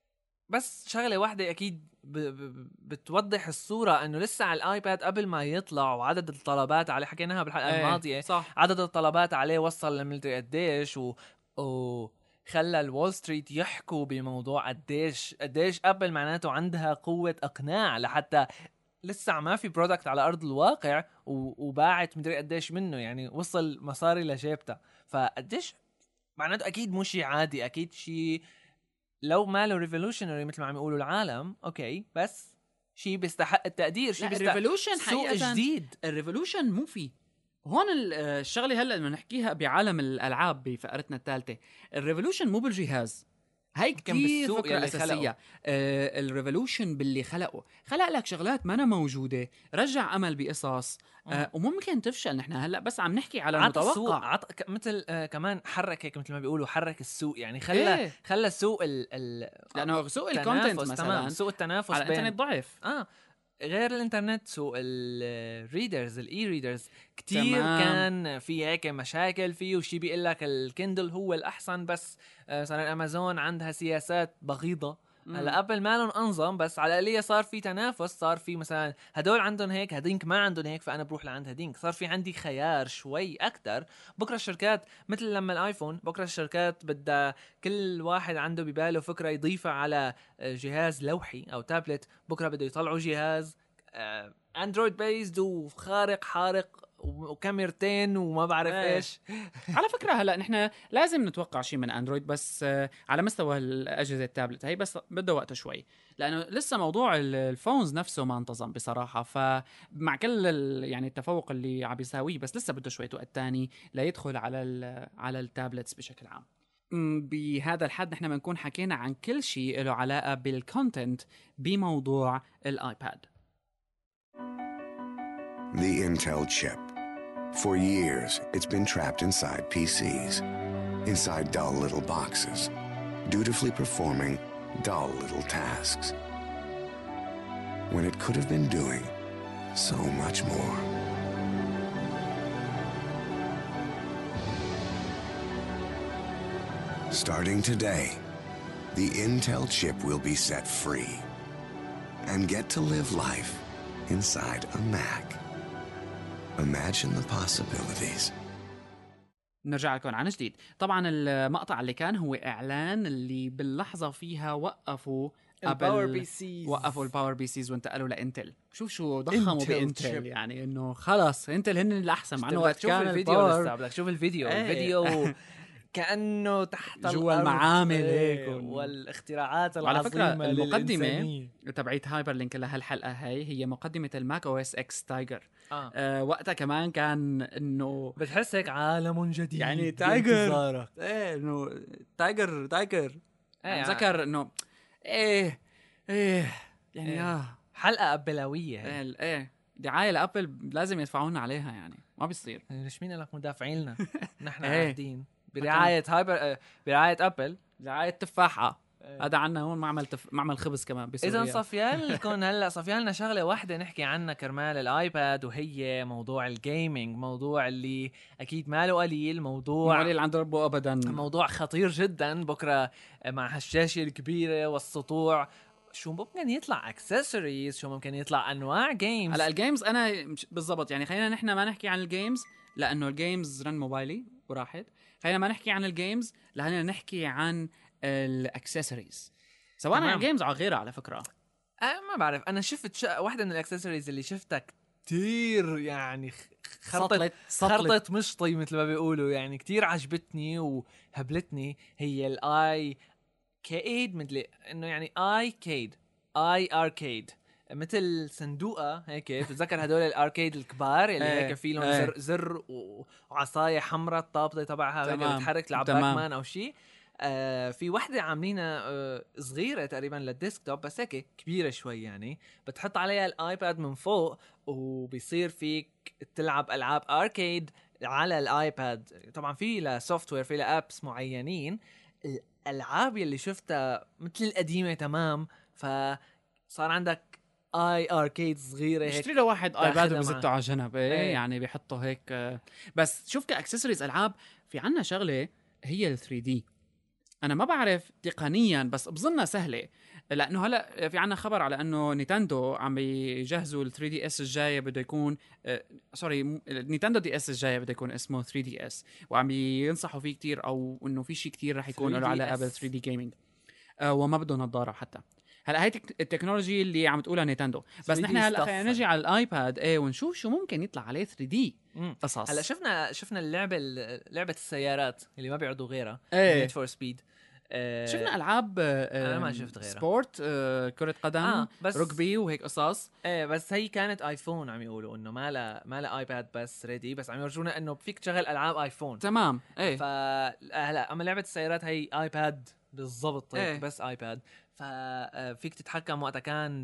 بس شغله واحده اكيد ب ب بتوضح الصوره، انه لسه على الايباد قبل ما يطلع وعدد الطلبات عليه حكيناها بالحلقه ايه الماضيه، صح. عدد الطلبات عليه وصل لمدري قديش و, و خلى الول ستريت يحكوا بموضوع قديش قديش ابل معناته عندها قوه اقناع لحتى لسه ما في برودكت على ارض الواقع و- وباعت مدري قديش منه، يعني وصل مصاري لجيبتها. فقديش معناته اكيد مو شيء عادي، اكيد شيء لو ما له ريفولوشنري مثل ما عم يقولوا العالم اوكي، بس شيء بيستحق التقدير، شيء لا بيستحق الريفولوشن سوق حقيقه جديد. الريفولوشن مو في هون ال- آه، الشغله هلا بدنا نحكيها بعالم الالعاب بفقرتنا الثالثه. الريفولوشن مو بالجهاز، هاي كان كتير بالسوق فكرة يلي أساسية. آه الريفولوشن باللي خلقه، خلق لك شغلات ما أنا موجودة، رجع أمل بقصص آه وممكن تفشل. نحن هلأ بس عم نحكي على عط السوق المتوقع. عط ك... مثل آه كمان حرك هيك مثل ما بيقولوا حرك السوق، يعني خلى إيه؟ خلى سوق ال ال لأنه سوق الكونتنت التنافس مثلا تمام، سوق التنافس على بين الانترنت ضعف. اه غير الانترنت سوق الريدرز الاي ريدرز كتير تمام. كان في هيك مشاكل فيه، وشي بيقول لك الكندل هو الاحسن، بس آه مثلا امازون عندها سياسات بغيضه. هلا ابل ما لهم انظم، بس على القليله صار في تنافس، صار في مثلا هدول عندهم هيك هدينك ما عندهم هيك فانا بروح لعند هدينك، صار في عندي خيار شوي اكثر. بكره الشركات مثل لما الايفون بكره الشركات بدها كل واحد عنده بباله فكره يضيفها على جهاز لوحي او تابلت، بكره بده يطلعوا جهاز اندرويد بيزد وخارق حارق وكاميرتين وما بعرف إيه. ايش. على فكره هلا نحن لازم نتوقع شيء من اندرويد، بس آه، على مستوى الاجهزه التابلت هي بس بده وقت شوي، لانه لسه موضوع ال- الفونز نفسه ما انتظم بصراحه. فمع كل ال- يعني التفوق اللي عم يساويه، بس لسه بده شويه وقت تاني ليدخل على ال- على التابلتس بشكل عام. م، بهذا الحد نحن بنكون حكينا عن كل شيء له علاقه بالكونتنت بموضوع الايباد. The Intel chip. For years, it's been trapped inside P Cs, inside dull little boxes, dutifully performing dull little tasks, when it could have been doing so much more. Starting today, the Intel chip will be set free and get to live life inside a Mac. Imagine the possibilities. نرجع لكم عن جديد. طبعا المقطع اللي كان هو اعلان اللي باللحظه فيها وقفوا الباور بي سيز، وقفوا الباور بي سيز وانتقلوا لانتل. شوف شو ضخموا Intel بانتل، chip. يعني انه خلص انتل هن الاحسن، مع انه وقت شوف كان الفيديو الباور لسه، بدك شوف الفيديو. ايه. الفيديو كأنه تحت جوا الأرض. المعامل ايه. هيك ون- والاختراعات وعلى العظيمة فكرة المقدمة للإنسانية. تبعيت هايبر لينك لهالحلقة هي هي مقدمة الماك او اس اكس تايجر. آه. آه وقتها كمان كان انه بتحس هيك عالم جديد يعني تايجر. بانتظارك. ايه انه تايجر تايجر ايه. ذكر انه ايه ايه يعني إيه. اه حلقة أبلوية. ايه ايه دعاية لابل لازم يدفعونا عليها، يعني ما بيصير. ليش مين لك مدافعين لنا؟ نحن إيه. قاعدين برعاية هايبر، آه، برعاية أبل. دعاية تفاحة. إيه. هذا عنا هون معمل تف... معمل خبز كمان بسوريا. إذا صفيان لكم هلا صفيان لنا شغلة واحدة نحكي عنها كرمال الآيباد، وهي موضوع الجيمينج، موضوع اللي أكيد ماله قليل، موضوع مو اللي عنده ربه ابدا، موضوع خطير جدا بكرة مع هالشاشة الكبيرة والسطوع. شو ممكن يطلع اكسسوارز، شو ممكن يطلع انواع جيمز. هلا الجيمز انا مش- بالضبط يعني خلينا نحن ما نحكي عن الجيمز لانه الجيمز رن موبايلي وراحت. خلينا ما نحكي عن الجيمز، خلينا نحكي عن الاكسسوارز، سواء تمام. عن الجيمز او غيرها. على فكره أه ما بعرف، انا شفت ش... واحدة من الاكسسوارز اللي شفتها كتير يعني خ- خرطت سطلت سطلت خرطت مشطي مثل ما بيقولوا، يعني كتير عجبتني وهبلتني. هي الاي كيد، مثل انه يعني اي كيد اي اركيد، مثل صندوقه هيك. بتذكر هدول الاركيد الكبار اللي ايه. هيك في لهم ايه. زر زر و- وعصايه حمراء الطابطه تبعها هيك تمام. بتحرك تلعب تمام. باكمان او شيء. آه في وحده عاملينها آه صغيره تقريبا للديسكتوب، بس هيك كبيره شوي، يعني بتحط عليها الايباد من فوق وبيصير فيك تلعب العاب اركيد على الايباد. طبعا في له سوفت وير، في له ابس معينين. الالعاب اللي شفتها مثل القديمه تمام، فصار عندك اي اركيد صغيره هيك. اشتري له واحد ايباد تاخدها وبزته معك. على جنب. ايه ايه. يعني بيحطه هيك. آه، بس شوف كاكسسوارز العاب في عنا شغله هي ال ثري دي. انا ما بعرف تقنيا بس بظنها سهله، لانه هلا في عنا خبر على انه نينتندو عم يجهزوا ال ثري دي اس الجايه بده يكون آه سوري م- نينتندو دي اس الجايه بده يكون اسمه ثري دي اس، وعم ينصحوا فيه كتير، او انه في شيء كتير رح يكون له علاقه بال ثري دي جيمنج. آه وما بده نظاره حتى. هلا هي تك- التكنولوجي اللي عم تقولها نينتندو، بس ثري دي نحن هلا stuff. خلينا نجي على الايباد ايه ونشوف شو ممكن يطلع عليه ثري دي مم. قصص. هلا شفنا شفنا اللعبه لعبه السيارات اللي ما بيعرضوا غيرها، ايه. نيد فور سبيد. شفنا العاب آه أنا ما شفت غيرها. سبورت، آه كره قدم، آه بس ركبي وهيك قصص. ايه، بس هي كانت ايفون، عم يقولوا انه ما لا ما لا ايباد بس ريدي، بس عم يورجونا انه فيك تشغل العاب ايفون. تمام ايه. فهلا اما لعبه السيارات هي ايباد بالضبط هيك، إيه. بس ايباد. ففيك تتحكم وقتها كان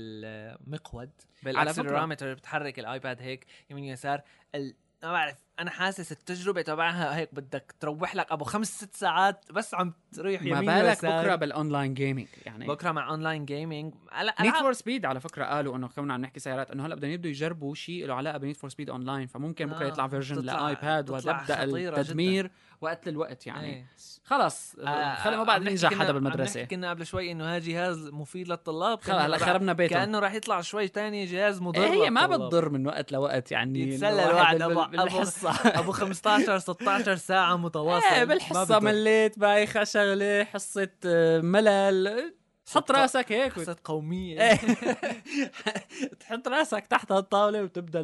بالمقود على بالاكسلرومتر، بتحرك الايباد هيك يمين يسار. ال... ما بعرف، انا حاسس التجربه تبعها هيك بدك تروح لك ابو خمس ست ساعات بس عم تريح ما يمين بالك ويسار. بكره بالاونلاين جيمنج يعني. بكره مع اونلاين جيمنج. هلا نيد ألعاب- فور سبيد على فكره قالوا انه كنا عم نحكي سيارات، انه هلا بدهم يبدوا يجربوا شيء له علاقه بنيد فور سبيد اونلاين، فممكن بكره آه، يطلع فيرجن تطلع- لايباد تطلع وتبدا خطيرة التدمير وقت للوقت يعني. إيه. خلاص آه، خلي ما عم بعد نحكي ينجح كنا- حدا عم بالمدرسه. نحكي كنا قبل شوي انه هذا جهاز مفيد للطلاب، خلص هلا خربنا بيتهم. كانه راح يطلع شوي تاني جهاز مضر إيه هي ما للطلاب. بتضر من وقت لوقت يعني. يتسلى إنه الواحد بال- ابو بالحصه ابو خمستاشر ستاشر ساعه متواصله. ايه ما بالحصه بضر. مليت بايخه شغله حصه آه، ملل، حط ست- راسك هيك حصه قوميه. إيه. تحط راسك تحت الطاوله وتبدا لعب.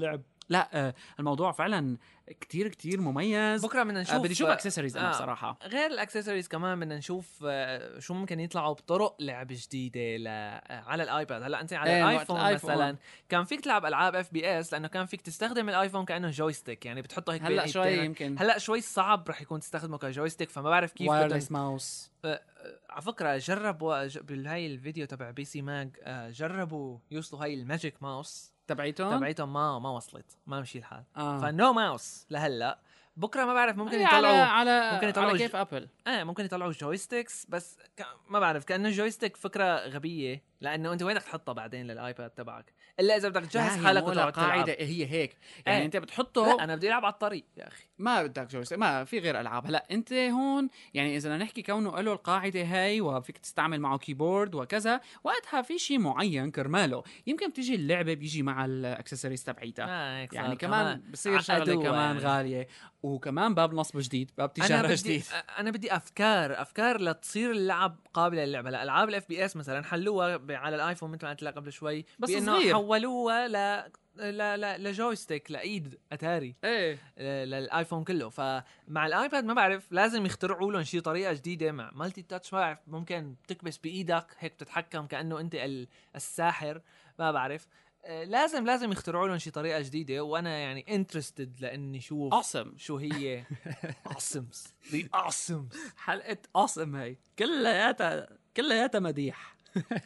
لا آه، الموضوع فعلا كتير كتير مميز. بكره بدنا آه، نشوف بدي اشوف اكسسوارز انا آه. بصراحه. غير الاكسسوارز كمان بدنا نشوف آه، شو ممكن يطلعوا بطرق لعب جديده ل... آه، على الايباد. هلا انت على ايه، الايفون وقت الآيفون. مثلا كان فيك تلعب العاب اف بي اس لانه كان فيك تستخدم الايفون كانه جويستيك، يعني بتحطه هيك بين هلا شوي ايدينك. يمكن هلا شوي صعب رح يكون تستخدمه كجويستيك، فما بعرف كيف بدهم. وايرلس ماوس. على فكره جربوا ج- بالهاي الفيديو تبع بي سي ماج آه، جربوا يوصلوا هاي الماجيك ماوس تبعيتهم تبعيتهم، ما ما وصلت، ما مشي الحال. آه. فنو ماوس لهلا. بكره ما بعرف ممكن هي على يطلعوا على ممكن يطلعوا على ج- كيف ابل. ايه ممكن يطلعوا جويستيكس، بس ك... ما بعرف كانه جويستيك فكره غبيه، لانه انت وين بدك تحطها بعدين للايباد تبعك الا اذا بدك تجهز لا، حالك هي ولا وتقعد تلعب. قاعده هي هيك يعني. ايه. انت بتحطه لا انا بدي العب على الطريق يا اخي. ما بدك جويستيك، ما في غير العاب. هلا انت هون يعني اذا بدنا نحكي كونه له القاعده هاي وفيك تستعمل معه كيبورد وكذا، وقتها في شيء معين كرماله يمكن بتيجي اللعبه بيجي مع الاكسسوارز تبعيتها. آه هيك يعني صار كمان بصير شغله عقدوها كمان يعني. غاليه، وكمان باب نصب جديد، باب انا تجاره بدي جديد. انا بدي افكار افكار لتصير اللعب قابله للعبه. لا العاب الاف بي اس مثلا حلوها ب- على الايفون مثل ما قلت لك قبل شوي، بس بانه صغير. حولوها ل لا لا لجويستيك لايد اتاري ايه ل- للايفون كله. فمع الايباد ما بعرف لازم يخترعوا لهم شيء طريقه جديده مع مالتي تاتش. ما بعرف ممكن تكبس بايدك هيك بتتحكم كانه انت ال- الساحر، ما بعرف. آه، لازم لازم يخترعوا لهم شي طريقه جديده، وانا يعني انترستد لاني شوف awesome. شو هي awesomes the awesomes. حلقه awesome هي كلياتها كلياتها مديح.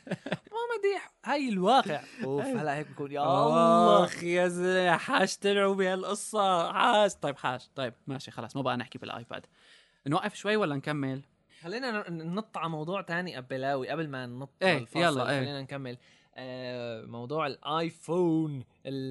ما مديح، هاي الواقع. اوف هلا هيك بكون يا الله. اخ يا زلمه، حاج تلعبوا بهالقصه حاج. طيب حاج، طيب ماشي خلاص، ما بقى نحكي بالايباد. نوقف شوي ولا نكمل؟ خلينا ن- ننط على موضوع تاني قبلاوي قبل ما ننط إيه، الفاصل. يلا، إيه. خلينا نكمل آه موضوع الايفون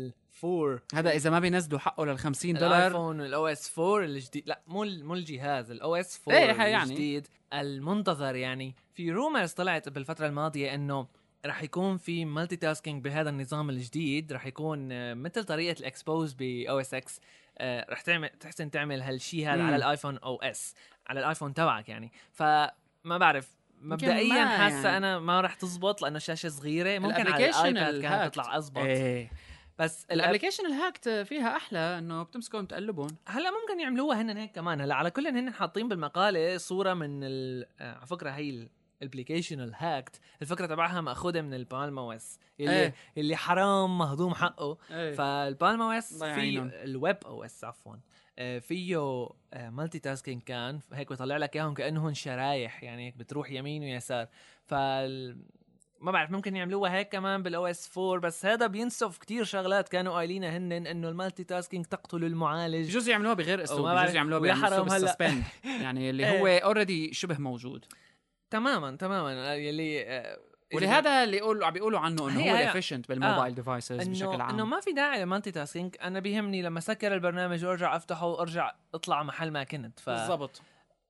الفور. هذا اذا ما بينزلوا حقه لل خمسين دولار. الايفون الاو اس فور الجديد، لا مو ال- مو الجهاز، الاو اس فور إيه، يعني. الجديد المنتظر. يعني في رومرز طلعت بالفتره الماضيه انه رح يكون في مالتي تاسكينج بهذا النظام الجديد. رح يكون آه، مثل طريقه الاكسبوز باو اس اكس. رح تعمل تحسن تعمل هالشيء هذا مم. على الايفون او اس، على الايفون تبعك يعني. فما بعرف مبدئيا ما حاسه يعني. انا ما رح تزبط لانه شاشه صغيره. ممكن على الابلكيشن الايباد كانت الهاكت. تطلع ازبط. ايه، بس الأب... الابلكيشن الهاكت فيها احلى انه بتمسكهم تقلبهم. هلا ممكن يعملوها هن هيك كمان. هلا على كل هن حاطين بالمقاله صوره من ال... آه، على فكره هي الابلكيشن الهاكت الفكره تبعها ماخوذه من البالم او اس اللي ايه. اللي حرام مهضوم حقه. ايه. فالبالم او اس الله في يعينهم. الويب او اس عفوا آه، فيه مالتي تاسكينج، كان هيك بيطلع لك اياهم كانهم شرايح، يعني هيك بتروح يمين ويسار. فال ما بعرف ممكن يعملوها هيك كمان بالاو اس فور، بس هذا بينسف كتير شغلات كانوا قايلينها هن انه المالتي تاسكينج تقتل المعالج. بجوز يعملوها بغير اسلوب، وما بجوز بعرف- يعملوها ويا باسلوب حرام هلا. السسبند يعني اللي إيه. هو اوريدي شبه موجود. تماما تماما يلي آه، ولهذا اللي يقولوا عم بيقولوا عنه انه هي- هو هي- الافيشنت بالموبايل ديفايسز بشكل انه عام. انه ما في داعي لمالتي تاسكينج. انا بيهمني لما سكر البرنامج وارجع افتحه وارجع اطلع محل ما كنت. ف بالضبط.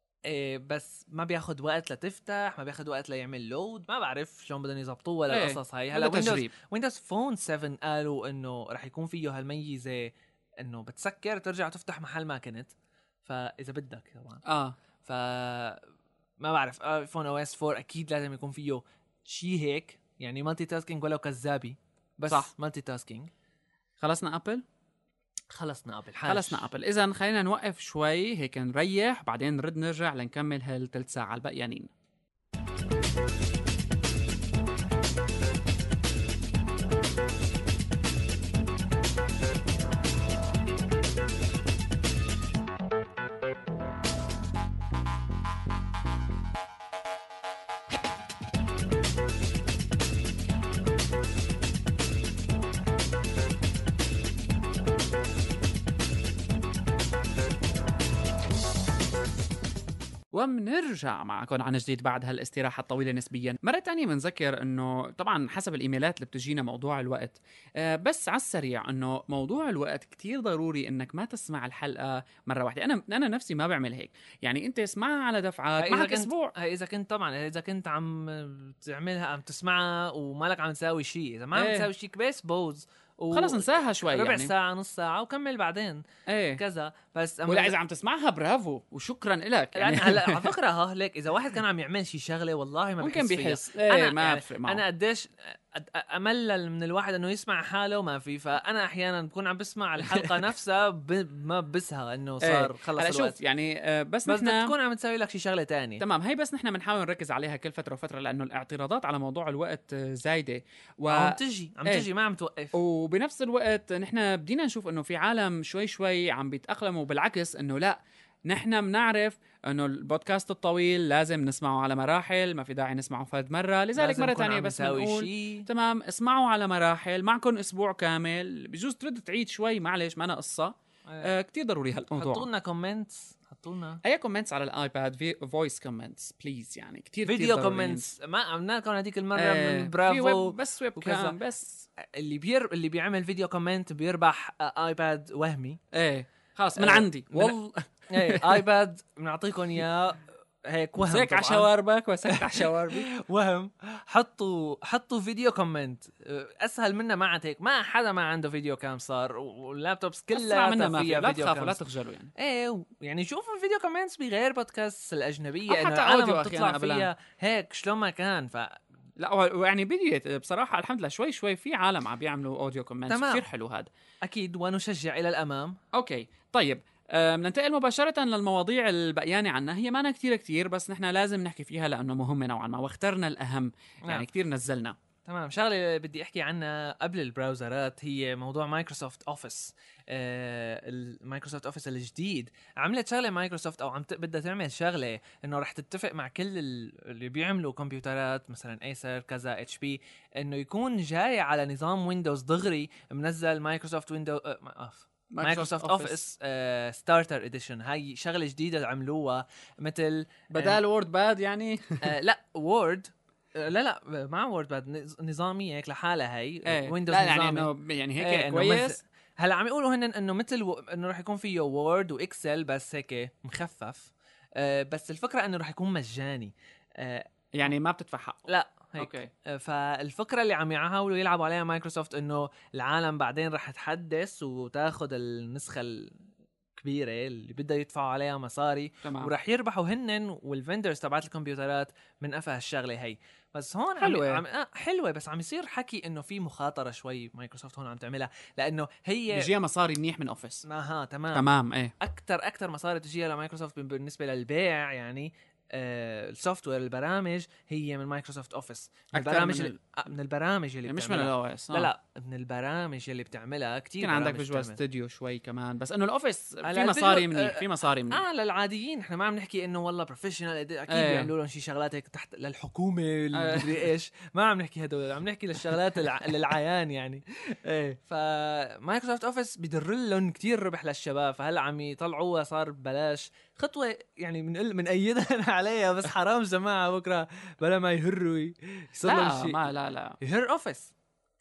إيه بس ما بياخد وقت لتفتح، ما بياخد وقت ليعمل لود. ما بعرف شلون بدهم يظبطوه ولا إيه. القصص هاي. هلا هلا ويندوز تجريب. ويندوز فون سفن قالوا انه رح يكون فيه هالميزه انه بتسكر ترجع تفتح محل ما كنت، فاذا بدك طبعا. اه ف ما بعرف ايفون او اس فور اكيد لازم يكون فيه شيء هيك، يعني مالتي تاسكينج ولو كذابي، بس صح. مالتي تاسكينج. خلصنا ابل. خلصنا قبل حاج. خلصنا ابل. اذا خلينا نوقف شوي هيك نريح، بعدين نرد نرجع لنكمل هالثلث ساعه البقيانين. ومنرجع معكم عن جديد بعد هالاستراحة الطويلة نسبيا. مرة تانية بنذكر انه طبعا حسب الايميلات اللي بتجينا موضوع الوقت، آه بس على السريع انه موضوع الوقت كتير ضروري انك ما تسمع الحلقة مرة واحدة. انا انا نفسي ما بعمل هيك، يعني انت اسمعها على دفعات هاي إذا معك كنت- اسبوع. هاي اذا كنت طبعا اذا كنت عم تعملها عم تسمعها ومالك عم تساوي شيء. اذا ما عم إيه. تساوي شيء بس بوز و... خلص انساها شوي ربع يعني. ساعة نص ساعة وكمل بعدين ايه. كذا. بس أما ولا اذا عم تسمعها برافو وشكرا لك يعني يعني. هلا على فكرة ها ليك اذا واحد كان عم يعمل شي شغلة والله ما ممكن بيحس فيها. بيحس ايه أنا ما يعني بفرق معه. انا قديش أد- املل من الواحد انه يسمع حاله ما في. فانا احيانا بكون عم بسمع الحلقه نفسها ب... ما بسها انه صار خلص هلا الوقت. شوف يعني آه، بس, بس بدك نحن تكون عم تسوي لك شي شغله تانية. تمام. هي بس نحن بنحاول نركز عليها كل فتره وفتره لانه الاعتراضات على موضوع الوقت آه، زايده و... عم تجي عم إيه. تجي ما عم توقف. وبنفس الوقت نحن بدينا نشوف انه في عالم شوي شوي عم بيتاقلموا، بالعكس انه لا نحن بنعرف انه البودكاست الطويل لازم نسمعه على مراحل، ما في داعي نسمعه فرد مره، لذلك لازم مره نكون ثانيه عم بس نساوي بنقول شي. تمام اسمعوا على مراحل، معكم اسبوع كامل، بجوز ترد تعيد شوي معلش ما أنا قصه. آه كتير ضروري هالموضوع. حطوا لنا كومنتس، حطوا لنا اي كومنتس على الايباد، في فويس كومنتس بليز، يعني كتير فيديو كتير كومنتس. ما عملنا لكم هذيك المره آه من برافو ويب بس ويب وكذا. كام بس اللي بير اللي بيعمل فيديو كومنت بيربح ايباد وهمي. ايه خلاص من آه عندي من والله. ايه ايباد بنعطيكم اياه هيك وهم. سك على طبعاً. شواربك وسك على شواربي. وهم. حطوا حطوا فيديو كومنت اسهل منا. ما عاد هيك ما حدا ما عنده فيديو كام صار، واللابتوبس اسرع منا كلها ما في، فيها لا فيديو تخافوا كام. لا تخجلوا يعني. ايه يعني شوفوا الفيديو كومنتس بغير بودكاست الاجنبيه أو انه حتى العالم أوديو بتطلع أحياناً قبلها. فيها هيك شلون ما كان. ف لا ويعني بديت بصراحه الحمد لله شوي شوي في عالم عم بيعملوا اوديو كومنتس تمام. كثير حلو هذا. اكيد ونشجع الى الامام. اوكي طيب آه، بننتقل مباشرة للمواضيع البقيانة عنا. هي مانا كتير كتير بس نحن لازم نحكي فيها لأنه مهمة نوعا ما، واخترنا الأهم يعني نعم. كتير نزلنا. تمام. شغله بدي احكي عنها قبل البراوزرات هي موضوع مايكروسوفت اوفيس. آه المايكروسوفت اوفيس الجديد عملت شغله مايكروسوفت او عم ت... بدها تعمل شغله انه رح تتفق مع كل اللي بيعملوا كمبيوترات مثلا ايسر كذا اتش بي انه يكون جاي على نظام ويندوز دغري منزل مايكروسوفت ويندوز آه مايكروسوفت اوفيس ستارتر اديشن. هاي شغله جديده عملوها مثل بدال وورد باد يعني. آه لا وورد لا لا مع وورد باد نظاميه هيك لحالها. هي ايه. ويندوز لا نظامي يعني انه يعني هيك ايه كويس. هلا عم يقولوا هن انه مثل و... انه رح يكون فيه وورد واكسل بس هيك مخفف. آه بس الفكره انه رح يكون مجاني. آه يعني ما بتدفع حقه. لا هيك. اوكي. آه فالفكره اللي عم يحاولوا يلعبوا عليها مايكروسوفت انه العالم بعدين رح تحدث وتاخذ النسخه الكبيره اللي بدها يدفعوا عليها مصاري. تمام. ورح يربحوا هنن والفندرز تبعت الكمبيوترات من قفا هالشغله هي. بس هون حلوة. عم... عم... آه حلوه بس عم يصير حكي انه في مخاطره شوي مايكروسوفت هون عم تعملها لانه هي بيجيها مصاري منيح من اوفيس. ما ها تمام تمام ايه. اكثر اكثر مصاري تجيها لمايكروسوفت بالنسبه للبيع يعني آه السوفت وير البرامج هي من مايكروسوفت اوفيس. من أكتر البرامج من اللي... آه من البرامج اللي مش من بتعملها. الاو اس. لا لا من البرامج اللي بتعملها كتير. كان عندك برامج فيجوال بتعمل. ستوديو شوي كمان بس انه الاوفيس في هلا مصاري الفيجوال- منيح، في مصاري منيح. اه للعاديين احنا ما عم نحكي انه والله بروفيشنال اكيد ايه. بيعملوا لهم شي شغلات هيك تحت للحكومه ايه. مدري ايش. ما عم نحكي هدول عم نحكي للشغلات الع... للعيان يعني. ايه. فمايكروسوفت اوفيس بيدر لهم كتير ربح للشباب. فهلا عم يطلعوها صار ببلاش خطوه يعني من من ايدنا عليها. بس حرام جماعه بكره بلا ما يهروا يصير لا لهم شيء. ما لا لا يهر اوفيس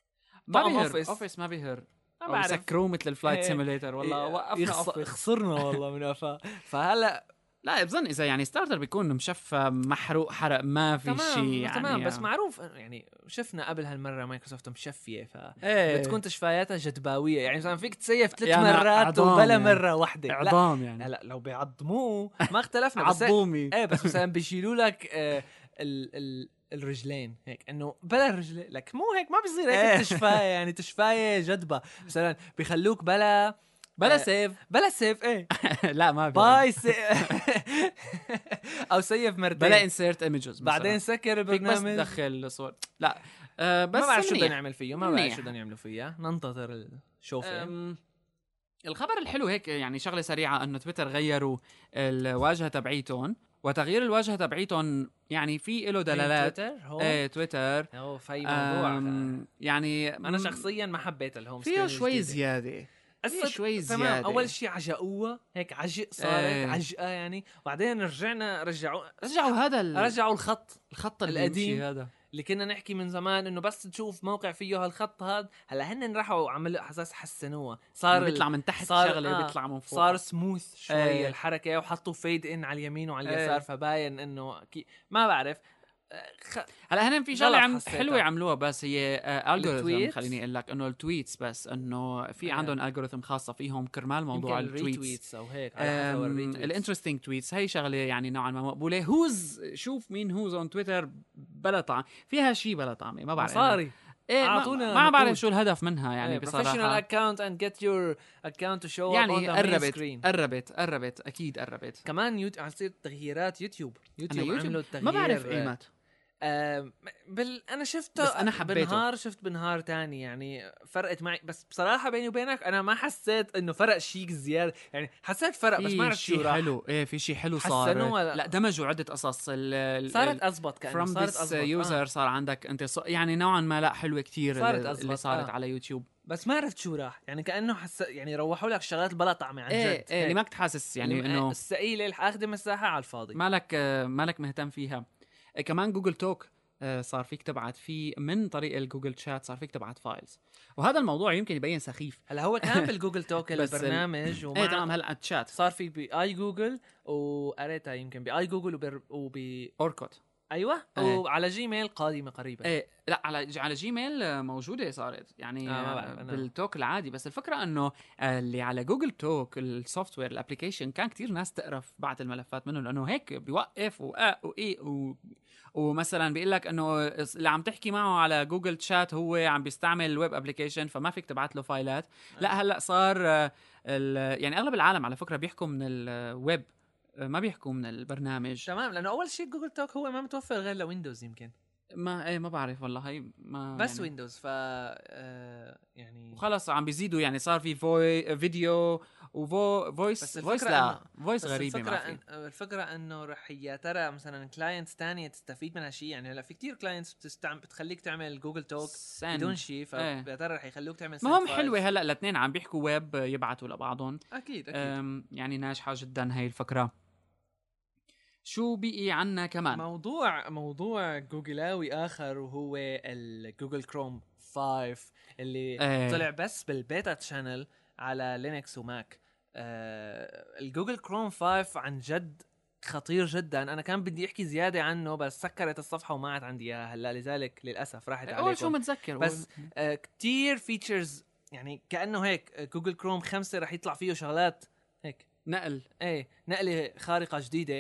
ما طعم بيهر. أوفيس. اوفيس ما بيهر. ما أو بعرف. سكروه مثل الفلايت إيه. سيميليتر والله وقفنا يخص... اوفيس. خسرنا والله من قفا. فهلا لا بظن اذا يعني ستارتر بيكون مشفى محروق حرق ما في تمام شيء يعني. تمام بس معروف يعني شفنا قبل هالمره مايكروسوفت مشفيه. ف ايه. بتكون تشفاياتها جدباويه يعني مثلا فيك تسيف ثلاث يعني مرات عظام وبلا يعني. مره واحده. لا اعظام يعني. هلا لو بيعظموه ما اختلفنا بس عظومي. ايه بس مثلا بيشيلوا لك آه ال ال الرجلين هيك انه بلا رجلين لك مو هيك ما بيصير إيه. هيك تشفايه يعني تشفايه جدبه. مثلا بيخلوك بلا بلا آه، سيف. بلا سيف ايه لا ما بي. باي سي... او سيف مرتين بلا انسيرت ايمجز بعدين سكر فيك بس البرنامج. تدخل صور. لا أه بس ما بعرف شو منيح. بدنا نعمل فيه ما بعرف منيح. شو بدنا نعمله فيه. ننتظر الشوفه. أم، الخبر الحلو هيك يعني شغله سريعه انه تويتر غيروا الواجهه تبعيتهم، وتغيير الواجهه تبعيتهم يعني في له دلالات. تويتر هو ايه تويتر. هو في موضوع. أم، يعني انا شخصيا ما حبيت الهوم فيه سكرين شوي الجديدة. زياده. فيه قصة- شوي تمام زياده. اول شيء عجقوها هيك عجق صارت ايه. عجقه يعني. بعدين رجعنا رجعوا رجعوا هذا ال... رجعوا الخط الخط اللي القديم. بيمشي هذا اللي كنا نحكي من زمان انه بس تشوف موقع فيه هالخط هذا. هلا هن راحوا عملوا حساس حسنوها صار بيطلع من تحت صار- شغله آه، بيطلع من فوق. صار سموث شوي ايه. الحركه. وحطوا فيد ان على اليمين وعلى اليسار ايه. فباين انه كي... ما بعرف. خ... هلا هنا في شغله غلط عم حسيتها. حلوه يعملوه بس هي الجوريثم. التويتس؟ خليني اقول لك انه التويتس بس انه في آه. عندهم الجوريثم خاصه فيهم كرمال موضوع يمكن التويتس. الريتويتس او هيك على حسب الريتويتس. الانترستينج تويتس هي شغله يعني نوعا ما مقبوله. هوز شوف مين هوز اون تويتر بلا طعم فيها شيء بلا طعمه ما بعرف مصاري إيه اعطونا ما, ما بعرف نقود. شو الهدف منها يعني بروفيشنال بصراحه. اكونت اند جيت يور اكونت تو شو يعني قربت قربت قربت اكيد قربت. كمان يوت... عم تصير تغييرات يوتيوب يوتيوب, يوتيوب عملوا التغيير. ما بعرف ايمت. آه بال انا شفته بس أنا حبيته. بنهار شفت بنهار تاني يعني فرقت معي، بس بصراحه بيني وبينك انا ما حسيت انه فرق شيء زياده، يعني حسيت فرق بس ما عرفت شو راح. حلو ايه في شيء حلو صار. ولا... لا دمجوا عده قصص ال... صارت ازبط كأنه from صارت this ازبط user آه. صار عندك انت ص... يعني نوعا ما لا حلوه كتير صارت اللي, أزبط. اللي صارت آه. على يوتيوب، بس ما عرفت شو راح يعني كأنه حس يعني روحوا لك شغلات بلا طعمه عن ايه جد. ايه اللي ما كنت حاسس يعني انه الثقيله اللي اخذ مساحه على الفاضي، مالك مالك مهتم فيها. إيه كمان جوجل توك صار فيك تبعت فيه من طريق الجوجل شات، صار فيك تبعت فايلز، وهذا الموضوع يمكن يبين سخيف. هلا هو كان بالجوجل توك البرنامج ومع ايه تمام. هلا الشات صار في باي جوجل وقريتها يمكن باي جوجل وبر... وب اوركوت ايوه ايه. وعلى جيميل قادمه قريبا. ايه لا على على جيميل موجوده صارت يعني آه بالتوك العادي، بس الفكره انه اللي على جوجل توك السوفت وير الابلكيشن كان كتير ناس تقرف بعض الملفات منه، لانه هيك بيوقف وآ وايه و... ومثلا بيقول لك انه اللي عم تحكي معه على جوجل شات هو عم بيستعمل الويب ابلكيشن فما فيك تبعت له فايلات. آه. لا هلا صار يعني اغلب العالم على فكره بيحكوا من الويب ما بيحكوا من البرنامج. تمام، لانه اول شيء جوجل توك هو ما متوفر غير لويندوز يمكن. ما ايه ما بعرف والله هي ما بس يعني ويندوز ف آه يعني وخلص عم بيزيدوا يعني صار في فوي فيديو وفو فويس فويس لا فويس غريبه الفكرة ما في. أن الفكره انه رح يا ترى مثلا كلاينتس تانية تستفيد من هالشيء، يعني هلا في كتير كلاينتس بتستعمل بتخليك تعمل جوجل توك بدون شيء، فيا ترى رح يخلوك تعمل ما هم حلوه. هلا الاثنين عم بيحكوا ويب يبعتوا لبعضهم اكيد اكيد يعني ناجحه جدا هاي الفكره. شو بقي عنا كمان؟ موضوع موضوع جوجلاوي اخر وهو الجوجل كروم خمسة اللي ايه. طلع بس بالبيتا تشانل على لينكس وماك. آه الجوجل كروم خمسة عن جد خطير جدا. انا كان بدي احكي زياده عنه بس سكرت الصفحه وما عاد عندي اياها هلا، لذلك للاسف راحت عليكم. اول شو متذكر بس آه كتير فيتشرز يعني كانه هيك جوجل كروم خمسة رح يطلع فيه شغلات هيك نقل ايه نقله خارقه جديده.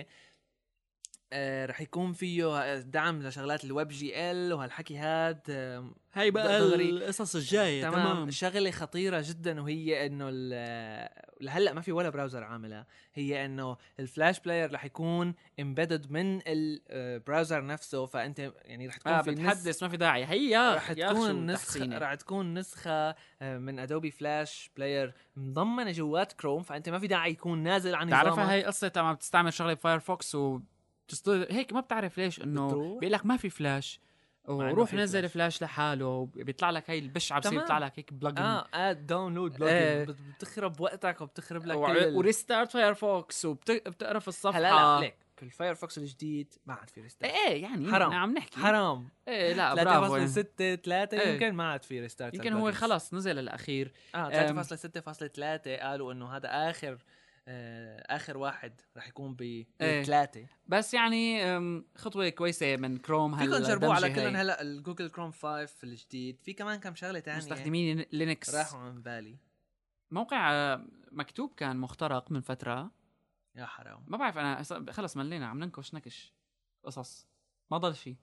آه رح يكون فيه دعم لشغلات الويب جي ال وهالحكي هاد. آه هاي بقى القصص الجايه. تمام. تمام شغله خطيره جدا وهي انه لهلا ما في ولا براوزر عاملها، هي انه الفلاش بلاير رح يكون امبيدد من البراوزر نفسه، فانت يعني رح تكون آه في بتحدث ما في داعي. هي رح تكون نسخه رح تكون نسخه من ادوبي فلاش بلاير مضمنه جوات كروم، فانت ما في داعي يكون نازل عن نظامك. تعرفها هي قصه عم بتستعمل شغله بفايرفوكس و تصدر هيك ما بتعرف ليش انه بيقول لك ما في فلاش وروح نزل فلاش. فلاش لحاله بيطلع لك هاي البشعه بصير يطلع لك هيك بلجن اه اد داونلود بلجن آه. بتخرب وقتك وبتخرب لك و... كل وريستارت فايرفوكس وبتقرف الصفحه. هلا لا ليك في الفايرفوكس الجديد ما عاد في ريستارت. ايه يعني حرام عم نحكي حرام. ايه لا برافو ثلاثة فاصلة ستة ثلاثة ايه. يمكن ما عاد في ريستارت. يمكن هو خلص نزل الاخير اه ثلاثة فاصلة ستة فاصلة ثلاثة قالوا انه هذا اخر آه اخر واحد رح يكون بثلاثة ايه. بس يعني خطوه كويسه من كروم. هلا فيكم تجربوه على كلهم. هلا الجوجل كروم خمسة الجديد في كمان كم شغله تانية مستخدمين لينكس راحوا عن بالي. موقع مكتوب كان مخترق من فتره يا حرام ما بعرف انا خلص ملينا عم ننكش نكش قصص ما ضل شيء.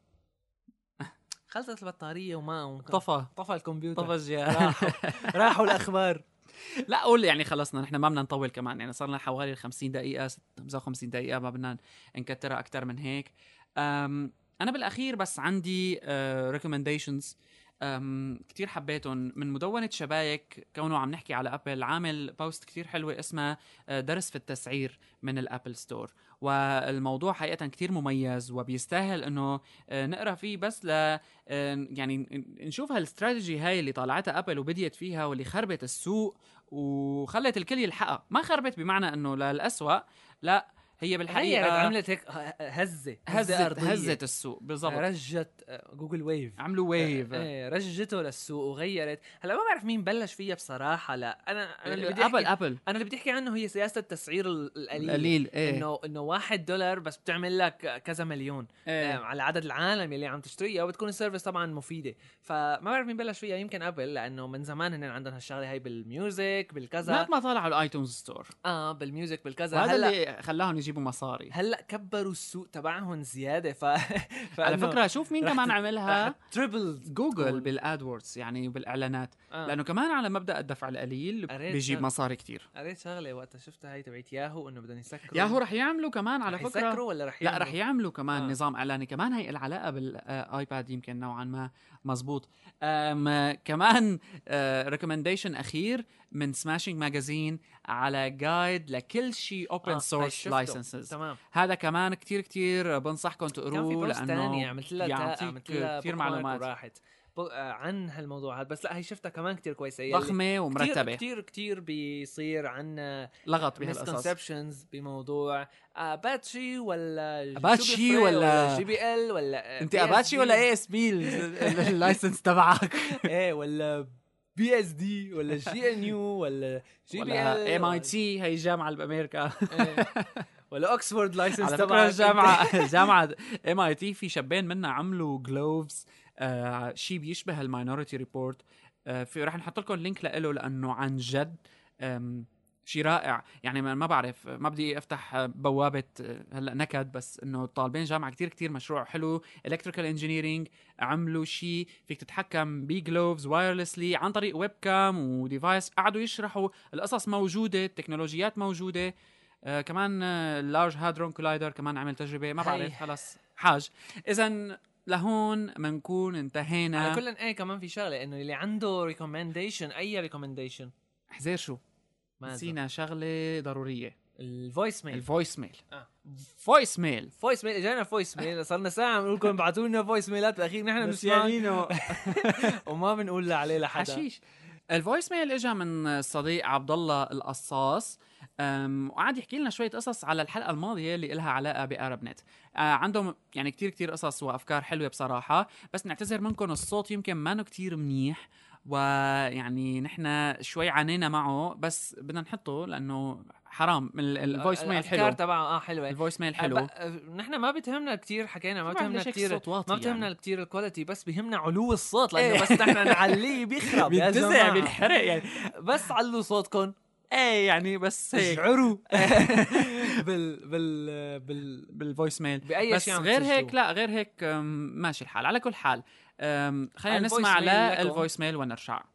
خلصت البطاريه وما طفى طفى الكمبيوتر طفى الجهاز راحوا راحوا الاخبار. لا قول يعني خلصنا نحن ما بدنا نطول كمان يعني صار لنا حوالي خمسين دقيقه خمسة وخمسين دقيقه ما بدنا نكترها اكثر من هيك. انا بالاخير بس عندي ريكومنديشنز كتير حبيتهم من مدونة شبايك، كونه عم نحكي على أبل عامل بوست كتير حلوة اسمها درس في التسعير من الأبل ستور، والموضوع حقيقة كتير مميز وبيستاهل أنه نقرأ فيه بس ل يعني نشوف هالاستراتيجي هاي اللي طالعتها أبل وبديت فيها واللي خربت السوق وخلت الكل يلحقها. ما خربت بمعنى أنه للأسوأ، لا هي بالحقيقة هي عملت هيك هزة هزة أرضية هزت السوق بالضبط. رجت جوجل ويف عملوا ويف ايه رجته للسوق وغيرت. هلا ما بعرف مين بلش فيها بصراحة. لا أنا أنا اللي بدي أبل أبل أنا اللي بدي أحكي عنه هي سياسة التسعير القليل قليل ايه. إنه إنه واحد دولار بس بتعمل لك كذا مليون ايه. على عدد العالم اللي عم تشتريها وبتكون السيرفيس طبعا مفيدة. فما بعرف مين بلش فيها، يمكن أبل لأنه من زمان هن عندهم هالشغلة هاي بالميوزك بالكذا. ما ما طالعوا الآيتونز ستور اه بالميوزك بالكذا. هذا اللي خلاهم يجيبوا يجيبوا مصاري. هلا كبروا السوق تبعهم زياده ف... على فكره شوف مين كمان عملها، تريبل جوجل بالادوردز يعني بالاعلانات، آه. لانه كمان على مبدا الدفع القليل بيجيب مصاري كتير. قريت شغله وقتها شفتها هاي تبعت ياهو انه بدهم يسكروا. ياهو رح يعملوا كمان على رح فكره يسكروا ولا رح لا يعملوا؟ رح يعملوا كمان آه. آه. نظام اعلاني كمان، هي العلاقه بالايباد يمكن نوعا ما مزبوط. كمان ريكومنديشن اخير من سماشينج ماجازين على جايد لكل شيء اوبن سورس لايسنسز. تمام. هذا كمان كتير كتير بنصحكم تقروه لانه عملت لها عملت لها كثير معلومات وراحت عن هالموضوع هذا. بس لا هي شفتها كمان كتير كويسه، ضخمه ومرتبه. كتير كتير بيصير عنا لغط بهالقصص، misconceptions بموضوع اباتشي ولا اباتشي ولا جي بي ال ولا انت اباتشي ولا اي اس بي اللايسنس تبعك ايه ولا بي اس دي ولا جي ان يو ولا جي بي ال ام اي تي، هي جامعه بامريكا ولا اوكسفورد لايسنس تبعك. على فكره الجامعه جامعه ام اي تي في شابين منا عملوا جلوفز آه شيء بيشبه الماينورتي ريبورت. آه في رح نحط لكم لينك له لانه عن جد شيء رائع. يعني ما بعرف، ما بدي افتح بوابه هلا نكد، بس انه طالبين جامعه كتير كتير مشروع حلو الكتريكال انجينيرينج عملوا شيء فيك تتحكم بجلوفز وايرلسلي عن طريق ويب كام وديفايس. قعدوا يشرحوا القصص موجوده، التكنولوجيات موجوده. آه كمان اللارج هادرون كولايدر كمان عمل تجربه، ما بعرف خلص حاج. اذا لهون منكون انتهينا. على كل ايه كمان في شغله انه اللي عنده ريكومنديشن، اي ريكومنديشن احذر شو نسينا شغله ضروريه، الفويس ميل. الفويس ميل اه فويس ميل فويس ميل اجانا فويس ميل، صرنا ساعه بنقول لكم ابعثوا لنا فويس ميلات، بالاخير نحن نسيانينه وما بنقول عليه لحدا. حشيش. الفويس ميل اجى من الصديق عبد الله القصاص، وقعد يحكي لنا شويه قصص على الحلقه الماضيه اللي لها علاقه بارب نت. عندهم يعني كتير كتير قصص وافكار حلوه بصراحه، بس نعتذر منكم الصوت يمكن ما كتير منيح، ويعني نحن شوي عانينا معه، بس بدنا نحطه لانه حرام. الفويس ميل حلو تبعه اه حلوه، الفويس ميل حلو. نحن ما بتهمنا كتير، حكينا ما بتهمنا كتير، ما بتهمنا يعني. كتير الكواليتي، بس بهمنا علو الصوت، لانه بس نحن نعليه بيخرب يا جماعه، بينحرق يعني. بس علوا صوتكم ايه يعني بس هيك اشعروا بال بال بال بالفويس ميل. باي بس شيء غير هيك لا غير هيك ماشي الحال. على كل حال خلينا نسمع للفويس ميل ونرجع.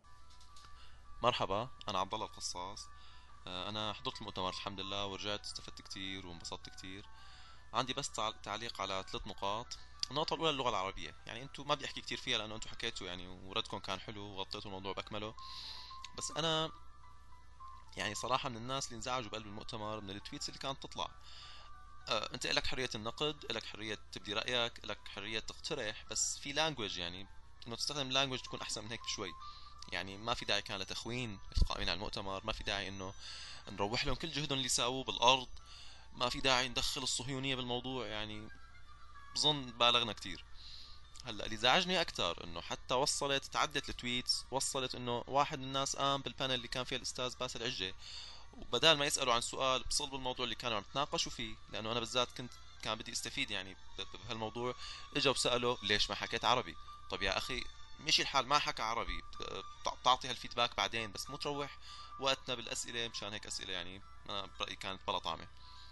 مرحبا، انا عبد الله القصاص. انا حضرت المؤتمر الحمد لله ورجعت استفدت كتير وانبسطت كتير. عندي بس تعليق على ثلاث نقاط. النقطة الأولى اللغة العربية، يعني أنتم ما بدي أحكي كتير فيها لأنه أنتم حكيتوا يعني وردكم كان حلو وغطيتوا الموضوع بأكمله، بس أنا يعني صراحة من الناس اللي انزعجوا بقلب المؤتمر من التويتس اللي كانت تطلع. أه أنت لك حرية النقد، لك حرية تبدي رأيك، لك حرية تقترح، بس في لانجويج يعني إنه تستخدم لانجويج تكون أحسن من هيك بشوي. يعني ما في داعي كان لتخوين القائمين على المؤتمر، ما في داعي إنه نروح لهم كل جهدهم اللي ساووه بالأرض، ما في داعي ندخل الصهيونية بالموضوع. يعني بظن بالغنا كتير. هلا اللي زعجني اكثر انه حتى وصلت تعدت التويتس، وصلت انه واحد من الناس قام بالبانل اللي كان فيها الاستاذ باسل عجة، وبدال ما يسالوا عن سؤال بصلب الموضوع اللي كانوا عم يتناقشوا فيه، لانه انا بالذات كنت كان بدي استفيد يعني بهالموضوع. اجوا وسالوا ليش ما حكيت عربي؟ طب يا اخي مشي الحال ما حكى عربي، تعطي هالفيدباك بعدين، بس مو تروح وقتنا بالاسئله. مشان هيك اسئله يعني انا برايي كانت بلا طعمه.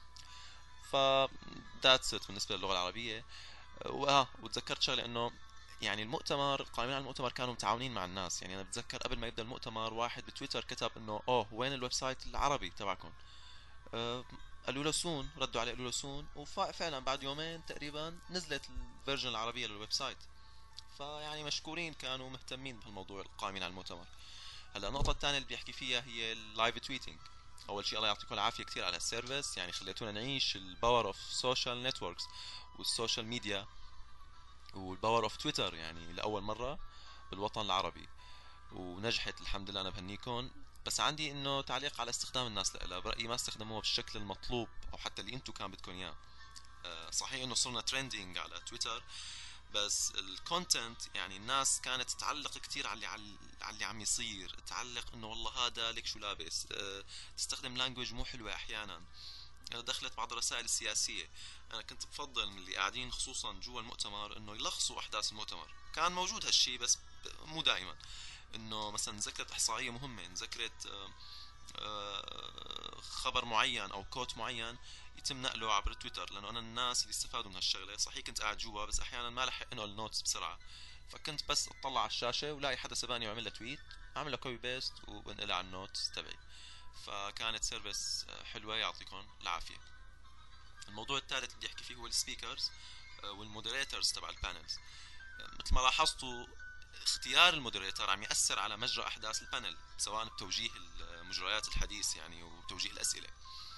ف ذاتس ات بالنسبه للغه العربيه. واه وتذكرت شغله انه يعني المؤتمر القائمين على المؤتمر كانوا متعاونين مع الناس. يعني انا بتذكر قبل ما يبدا المؤتمر واحد بتويتر كتب انه اوه وين الويب سايت العربي تبعكم؟ أه قالوا له سون، ردوا عليه قالوا له سون، وفعلا بعد يومين تقريبا نزلت الفيرجن العربيه للويب سايت. فيعني مشكورين كانوا مهتمين بهالموضوع القائمين على المؤتمر. هلا النقطه الثانيه اللي بيحكي فيها هي اللايف تويتنج. اول شيء الله يعطيكم العافيه كثير على السيرفيس، يعني خليتونا نعيش الباور اوف سوشيال نتوركس والسوشيال ميديا والباور اوف تويتر يعني لاول مره بالوطن العربي، ونجحت الحمد لله. انا بهنيكم. بس عندي انه تعليق على استخدام الناس لها. برايي ما استخدموها بالشكل المطلوب او حتى اللي انتم كان بدكم اياه. أه صحيح انه صرنا ترندينج على تويتر، بس الكونتنت يعني الناس كانت تعلق كتير على اللي على اللي عم يصير، تعلق انه والله هذا لك شو لابس، أه تستخدم لانجويج مو حلوه احيانا، دخلت بعض الرسائل السياسيه. انا كنت بفضل من اللي قاعدين خصوصا جوا المؤتمر انه يلخصوا احداث المؤتمر. كان موجود هالشيء بس مو دائما. انه مثلا ذكرت احصائيه مهمه، ذكرت خبر معين او كوت معين يتم نقله عبر تويتر، لانه انا الناس اللي استفادوا من هالشغله صحيح كنت قاعد جوا بس احيانا ما لحق انقل النوتس بسرعه، فكنت بس اطلع على الشاشه ولاقي حدا سبقني وعمل له تويت، اعمل له كوبي بيست وبنقلها على النوتس تبعي. فكانت سيرفيس حلوه يعطيكم العافيه. الموضوع الثالث اللي بدي احكي فيه هو السبيكرز والمودريترز تبع البانلز. مثل ما لاحظتوا اختيار المودريتر عم يأثر على مجرى احداث البانل، سواء بتوجيه مجريات الحديث يعني وتوجيه الاسئله.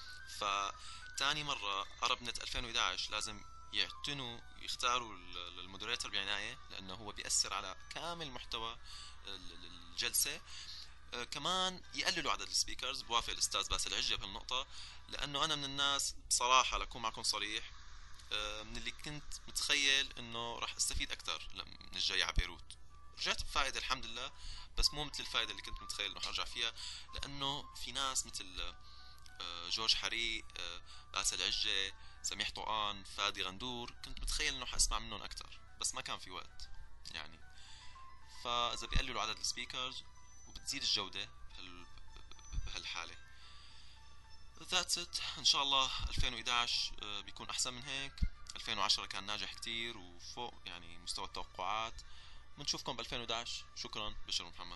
فتاني مره عربنت ألفين وإحدى عشر لازم يعتنوا يختاروا المودريتر بعنايه، لانه هو بيأثر على كامل محتوى الجلسه. آه كمان يقللوا عدد السبيكرز. بوافق الاستاذ باسل عجة بهالنقطه، لانه انا من الناس بصراحه لأكون معكم صريح آه من اللي كنت متخيل انه راح استفيد اكثر من الجاي على بيروت. رجعت بفائده الحمد لله، بس مو مثل الفائده اللي كنت متخيل انه حرجع فيها، لانه في ناس مثل آه جورج حريق، آه باسل عجة، سميح طوقان، فادي غندور، كنت متخيل انه حاسمع منهم اكثر بس ما كان في وقت يعني. فاذا بيقللوا عدد السبيكرز وبتزيد الجودة بهالحالة. That's it. ان شاء الله ألفين وإحدى عشر بيكون احسن من هيك. ألفين وعشرة كان ناجح كتير وفوق يعني مستوى التوقعات. بنشوفكم ب ألفين وإحدى عشر. شكرا بشر محمد.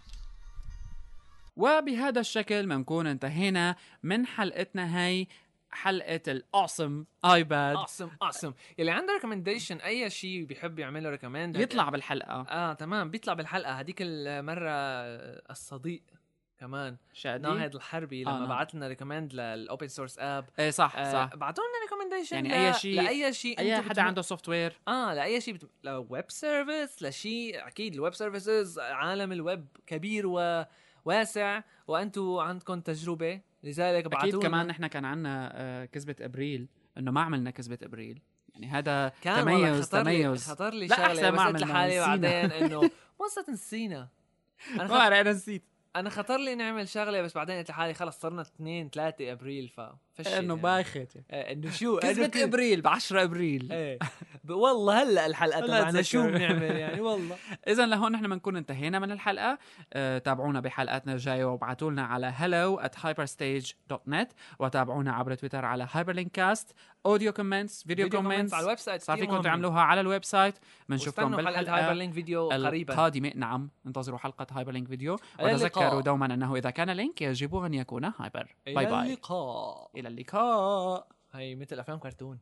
وبهذا الشكل بنكون انتهينا من حلقتنا هاي، حلقة الأوسم آيباد. awesome awesome يلي عنده ريكومنديشن اي شيء بيحب يعمله ريكومند يطلع بالحلقة. اه تمام بيطلع بالحلقه. هذيك المره الصديق كمان شادي ناهد الحربي لما آه بعت لنا ريكومند للاوبن سورس اب. ايه صح آه صح. بعتوا لنا ريكومنديشن يعني ل... اي شيء لاي شيء اي انتم حدا بتم... عنده سوفت وير اه لاي شيء بت... لويب سيرفيس لشيء. اكيد الويب سيرفيسز عالم الويب كبير وواسع وانتم عندكم تجربه، لذلك بعتوا اكيد. لنا. كمان نحن كان عندنا آه كذبة ابريل، انه ما عملنا كذبة ابريل، يعني هذا كان تميز خطر تميز لي خطر لي لا، شغله أحسن ما بس قلت عملنا لحالي ونسينا. بعدين انه وصلت نسينا. انا ما خط... انا نسيت انا خطر لي نعمل شغله بس بعدين قلت لحالي خلص صرنا اثنين ثلاثة ابريل ففشت انه يعني. باخت آه، انه شو كذبة ابريل ب عشرة ابريل. ايه ب- والله هلا الحلقه هلا تبعنا أتذكر. شو بنعمل يعني والله. اذا لهون نحن بنكون انتهينا من الحلقه. أه تابعونا بحلقاتنا الجايه وابعتوا لنا على hello at hyperstage dot net، وتابعونا عبر تويتر على hyperlinkcast. اوديو كومنتس، فيديو كومنتس على الويب سايت صار كتير فيكم مهمة. تعملوها على الويب سايت. بنشوفكم واستنوا حلقه هايبر بالحلقه لينك فيديو قريبا. القادمه. نعم انتظروا حلقه هايبر لينك فيديو، إلى وتذكروا اللقاء. دوما انه اذا كان لينك يجب ان يكون هايبر. باي الى باي. اللقاء. الى اللقاء. هي مثل افلام كرتون.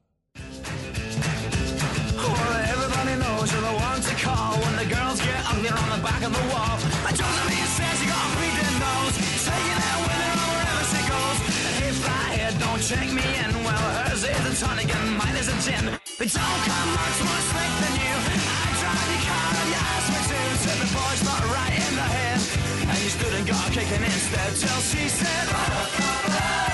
Well, everybody knows you're the one to call when the girls get ugly on the back of the wall. I Josephine says she got a bleeding nose, taking that with her wherever she goes. And hey, flyhead, don't check me in. Well, hers is a tonic and mine is a gin. But don't come much more strength than you. I drive you car and you ask me to. Said the boy spot right in the head, and you stood and got kicking instead till she said, oh, oh, oh.